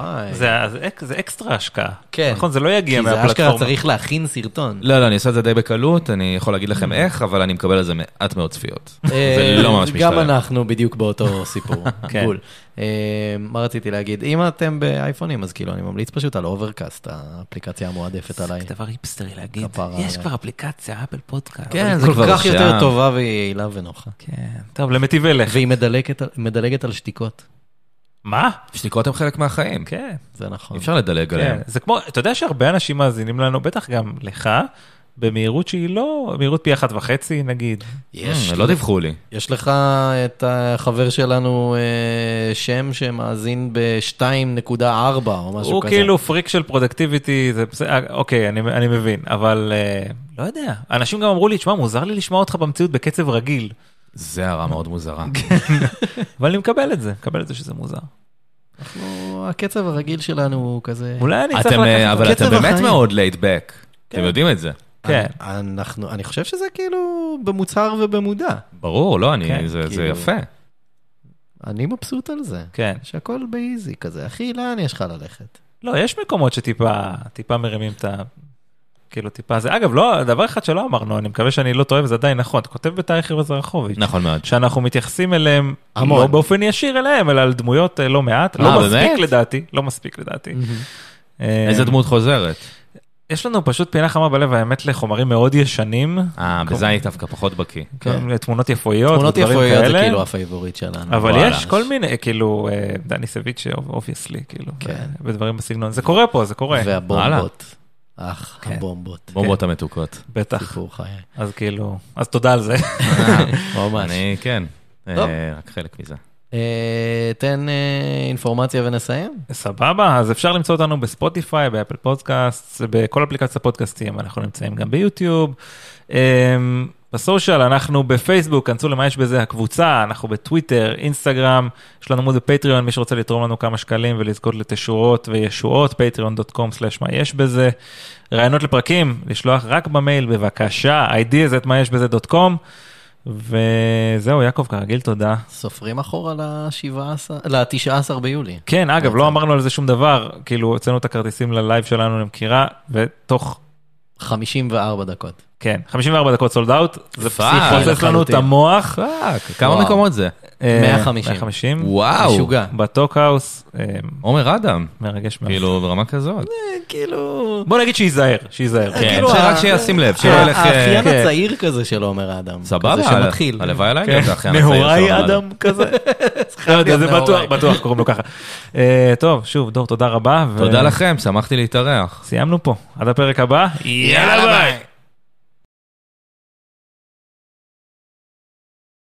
זה אקסטרה השקעה.
כן.
נכון, זה לא יגיע
מהפלטפורמה. כי זה אשכרה צריך להכין סרטון.
לא, לא, אני עושה את זה די בקלות, אני יכול להגיד לכם איך, אבל אני מקבל על זה מעט מאוד צפיות. זה לא ממש משתלם.
גם אנחנו בדיוק באותו סיפור. גול. מה רציתי להגיד? אם אתם באייפונים, אז כאילו אני ממליץ פשוט על אוברקאסט, האפליקציה המועדפת עליי.
זה דבר היפסטרי להגיד. יש כבר אפליקציה, אפל פודקאסט.
כן, זה כל כך יותר טובה ויעילה ונוחה.
כן, טוב, למטיבי לך.
והיא מדלגת על שתיקות.
מה?
שתיקות הם חלק מהחיים.
כן.
זה נכון.
אפשר לדלג עליהם.
זה כמו, אתה יודע שהרבה אנשים מאזינים לנו, בטח גם לך, במהירות שהיא לא, מהירות פי אחת וחצי נגיד.
יש. לא דיווחו לי.
יש לך את החבר שלנו שם שמאזין ב-שתיים נקודה ארבע או משהו כזה.
הוא כאילו פריק של פרודקטיביטי, אוקיי, אני מבין, אבל לא יודע. אנשים גם אמרו לי, תשמע, מוזר לי לשמוע אותך במציאות בקצב רגיל.
זה הרע מאוד מוזרה.
אבל אני מקבל את זה, מקבל את זה שזה מוזר.
אנחנו, הקצב הרגיל שלנו הוא כזה...
אולי אני צריך לקחת...
אבל אתם באמת מאוד laid back. אתם יודעים את זה.
כן.
אנחנו, אני חושב שזה כאילו במוצהר ובמודע.
ברור, לא, אני, זה, זה יפה.
אני מבסוט על זה.
כן.
שהכל באיזי כזה. אחי, לאן יש לך ללכת?
לא, יש מקומות שטיפה, טיפה מרימים את ה... כאילו טיפה זה. אגב, לא, דבר אחד שלא אמרנו, אני מקווה שאני לא טועה, וזה עדיין נכון. אתה כותב בתאריך רז רחוביץ'.
נכון מאוד.
שאנחנו מתייחסים אליהם, לא באופן ישיר אליהם, אלא על דמויות לא מעט. לא מספיק לדעתי, לא מספיק לדעתי.
איזה דמות חוזרת?
יש לנו פשוט פינה חמה בלב, האמת לחומרים מאוד ישנים.
אה, בזה אני דווקא פחות בקיא.
תמונות יפויות,
תמונות יפויות זה כאילו הפייבורית שלנו.
אבל יש כל מיני, כאילו, דני סביץ' אובייסלי, כאילו, בדברים בסגנון. זה קורה פה, זה קורה.
והבומבות. אך, הבומבות.
בומבות המתוקות.
בטח.
סיפור חיי.
אז כאילו, אז תודה על זה.
ממש.
אני, כן, רק חלק מזה.
תן אינפורמציה ונסיים.
סבבה, אז אפשר למצוא אותנו בספוטיפיי, באפל פודקאסט, בכל אפליקציה פודקאסטים, אנחנו נמצאים גם ביוטיוב. בסושיאל, אנחנו בפייסבוק, כנסו למה יש בזה הקבוצה, אנחנו בטוויטר, אינסטגרם, יש לנו עמוד בפטריון, מי שרוצה לתרום לנו כמה שקלים ולזכות לתשורות וישועות, פטריון דוט קום סלש מה יש בזה. רעיונות לפרקים, לשלוח רק במייל, בבקשה, ideas at מה יש בזה דוט קום. וזהו, יעקב, כרגיל, תודה.
סופרים אחורה ל-תשעה עשר ביולי.
כן, אגב, לא אמרנו על זה שום דבר, כאילו, הוצאנו את הכרטיסים ללייב שלנו למכירה, ותוך...
חמישים וארבע דקות.
כן, חמישים וארבע דקות סולד אאוט, זה פוצץ לנו את המוח.
כמה מקומות זה?
מאה חמישים.
מאה חמישים.
וואו.
משוגע.
בטוקהאוס.
עומר אדם.
מרגש מאוד.
כאילו, ברמה כזאת.
כאילו...
בוא נגיד שיזהר, שיזהר.
כן, שרק שישים לב.
האחיין הצעיר כזה של עומר אדם.
סבבה.
שמתחיל.
הלוואי עליי להיות האחיין הצעיר של
נהוראי אדם כזה. זה בטוח, בטוח קוראים לו ככה. טוב, שוב, דור, תודה רבה.
תודה לכם, שמחתי להתארח.
סיימנו פה. עד הפרק הבא. יאללה ביי.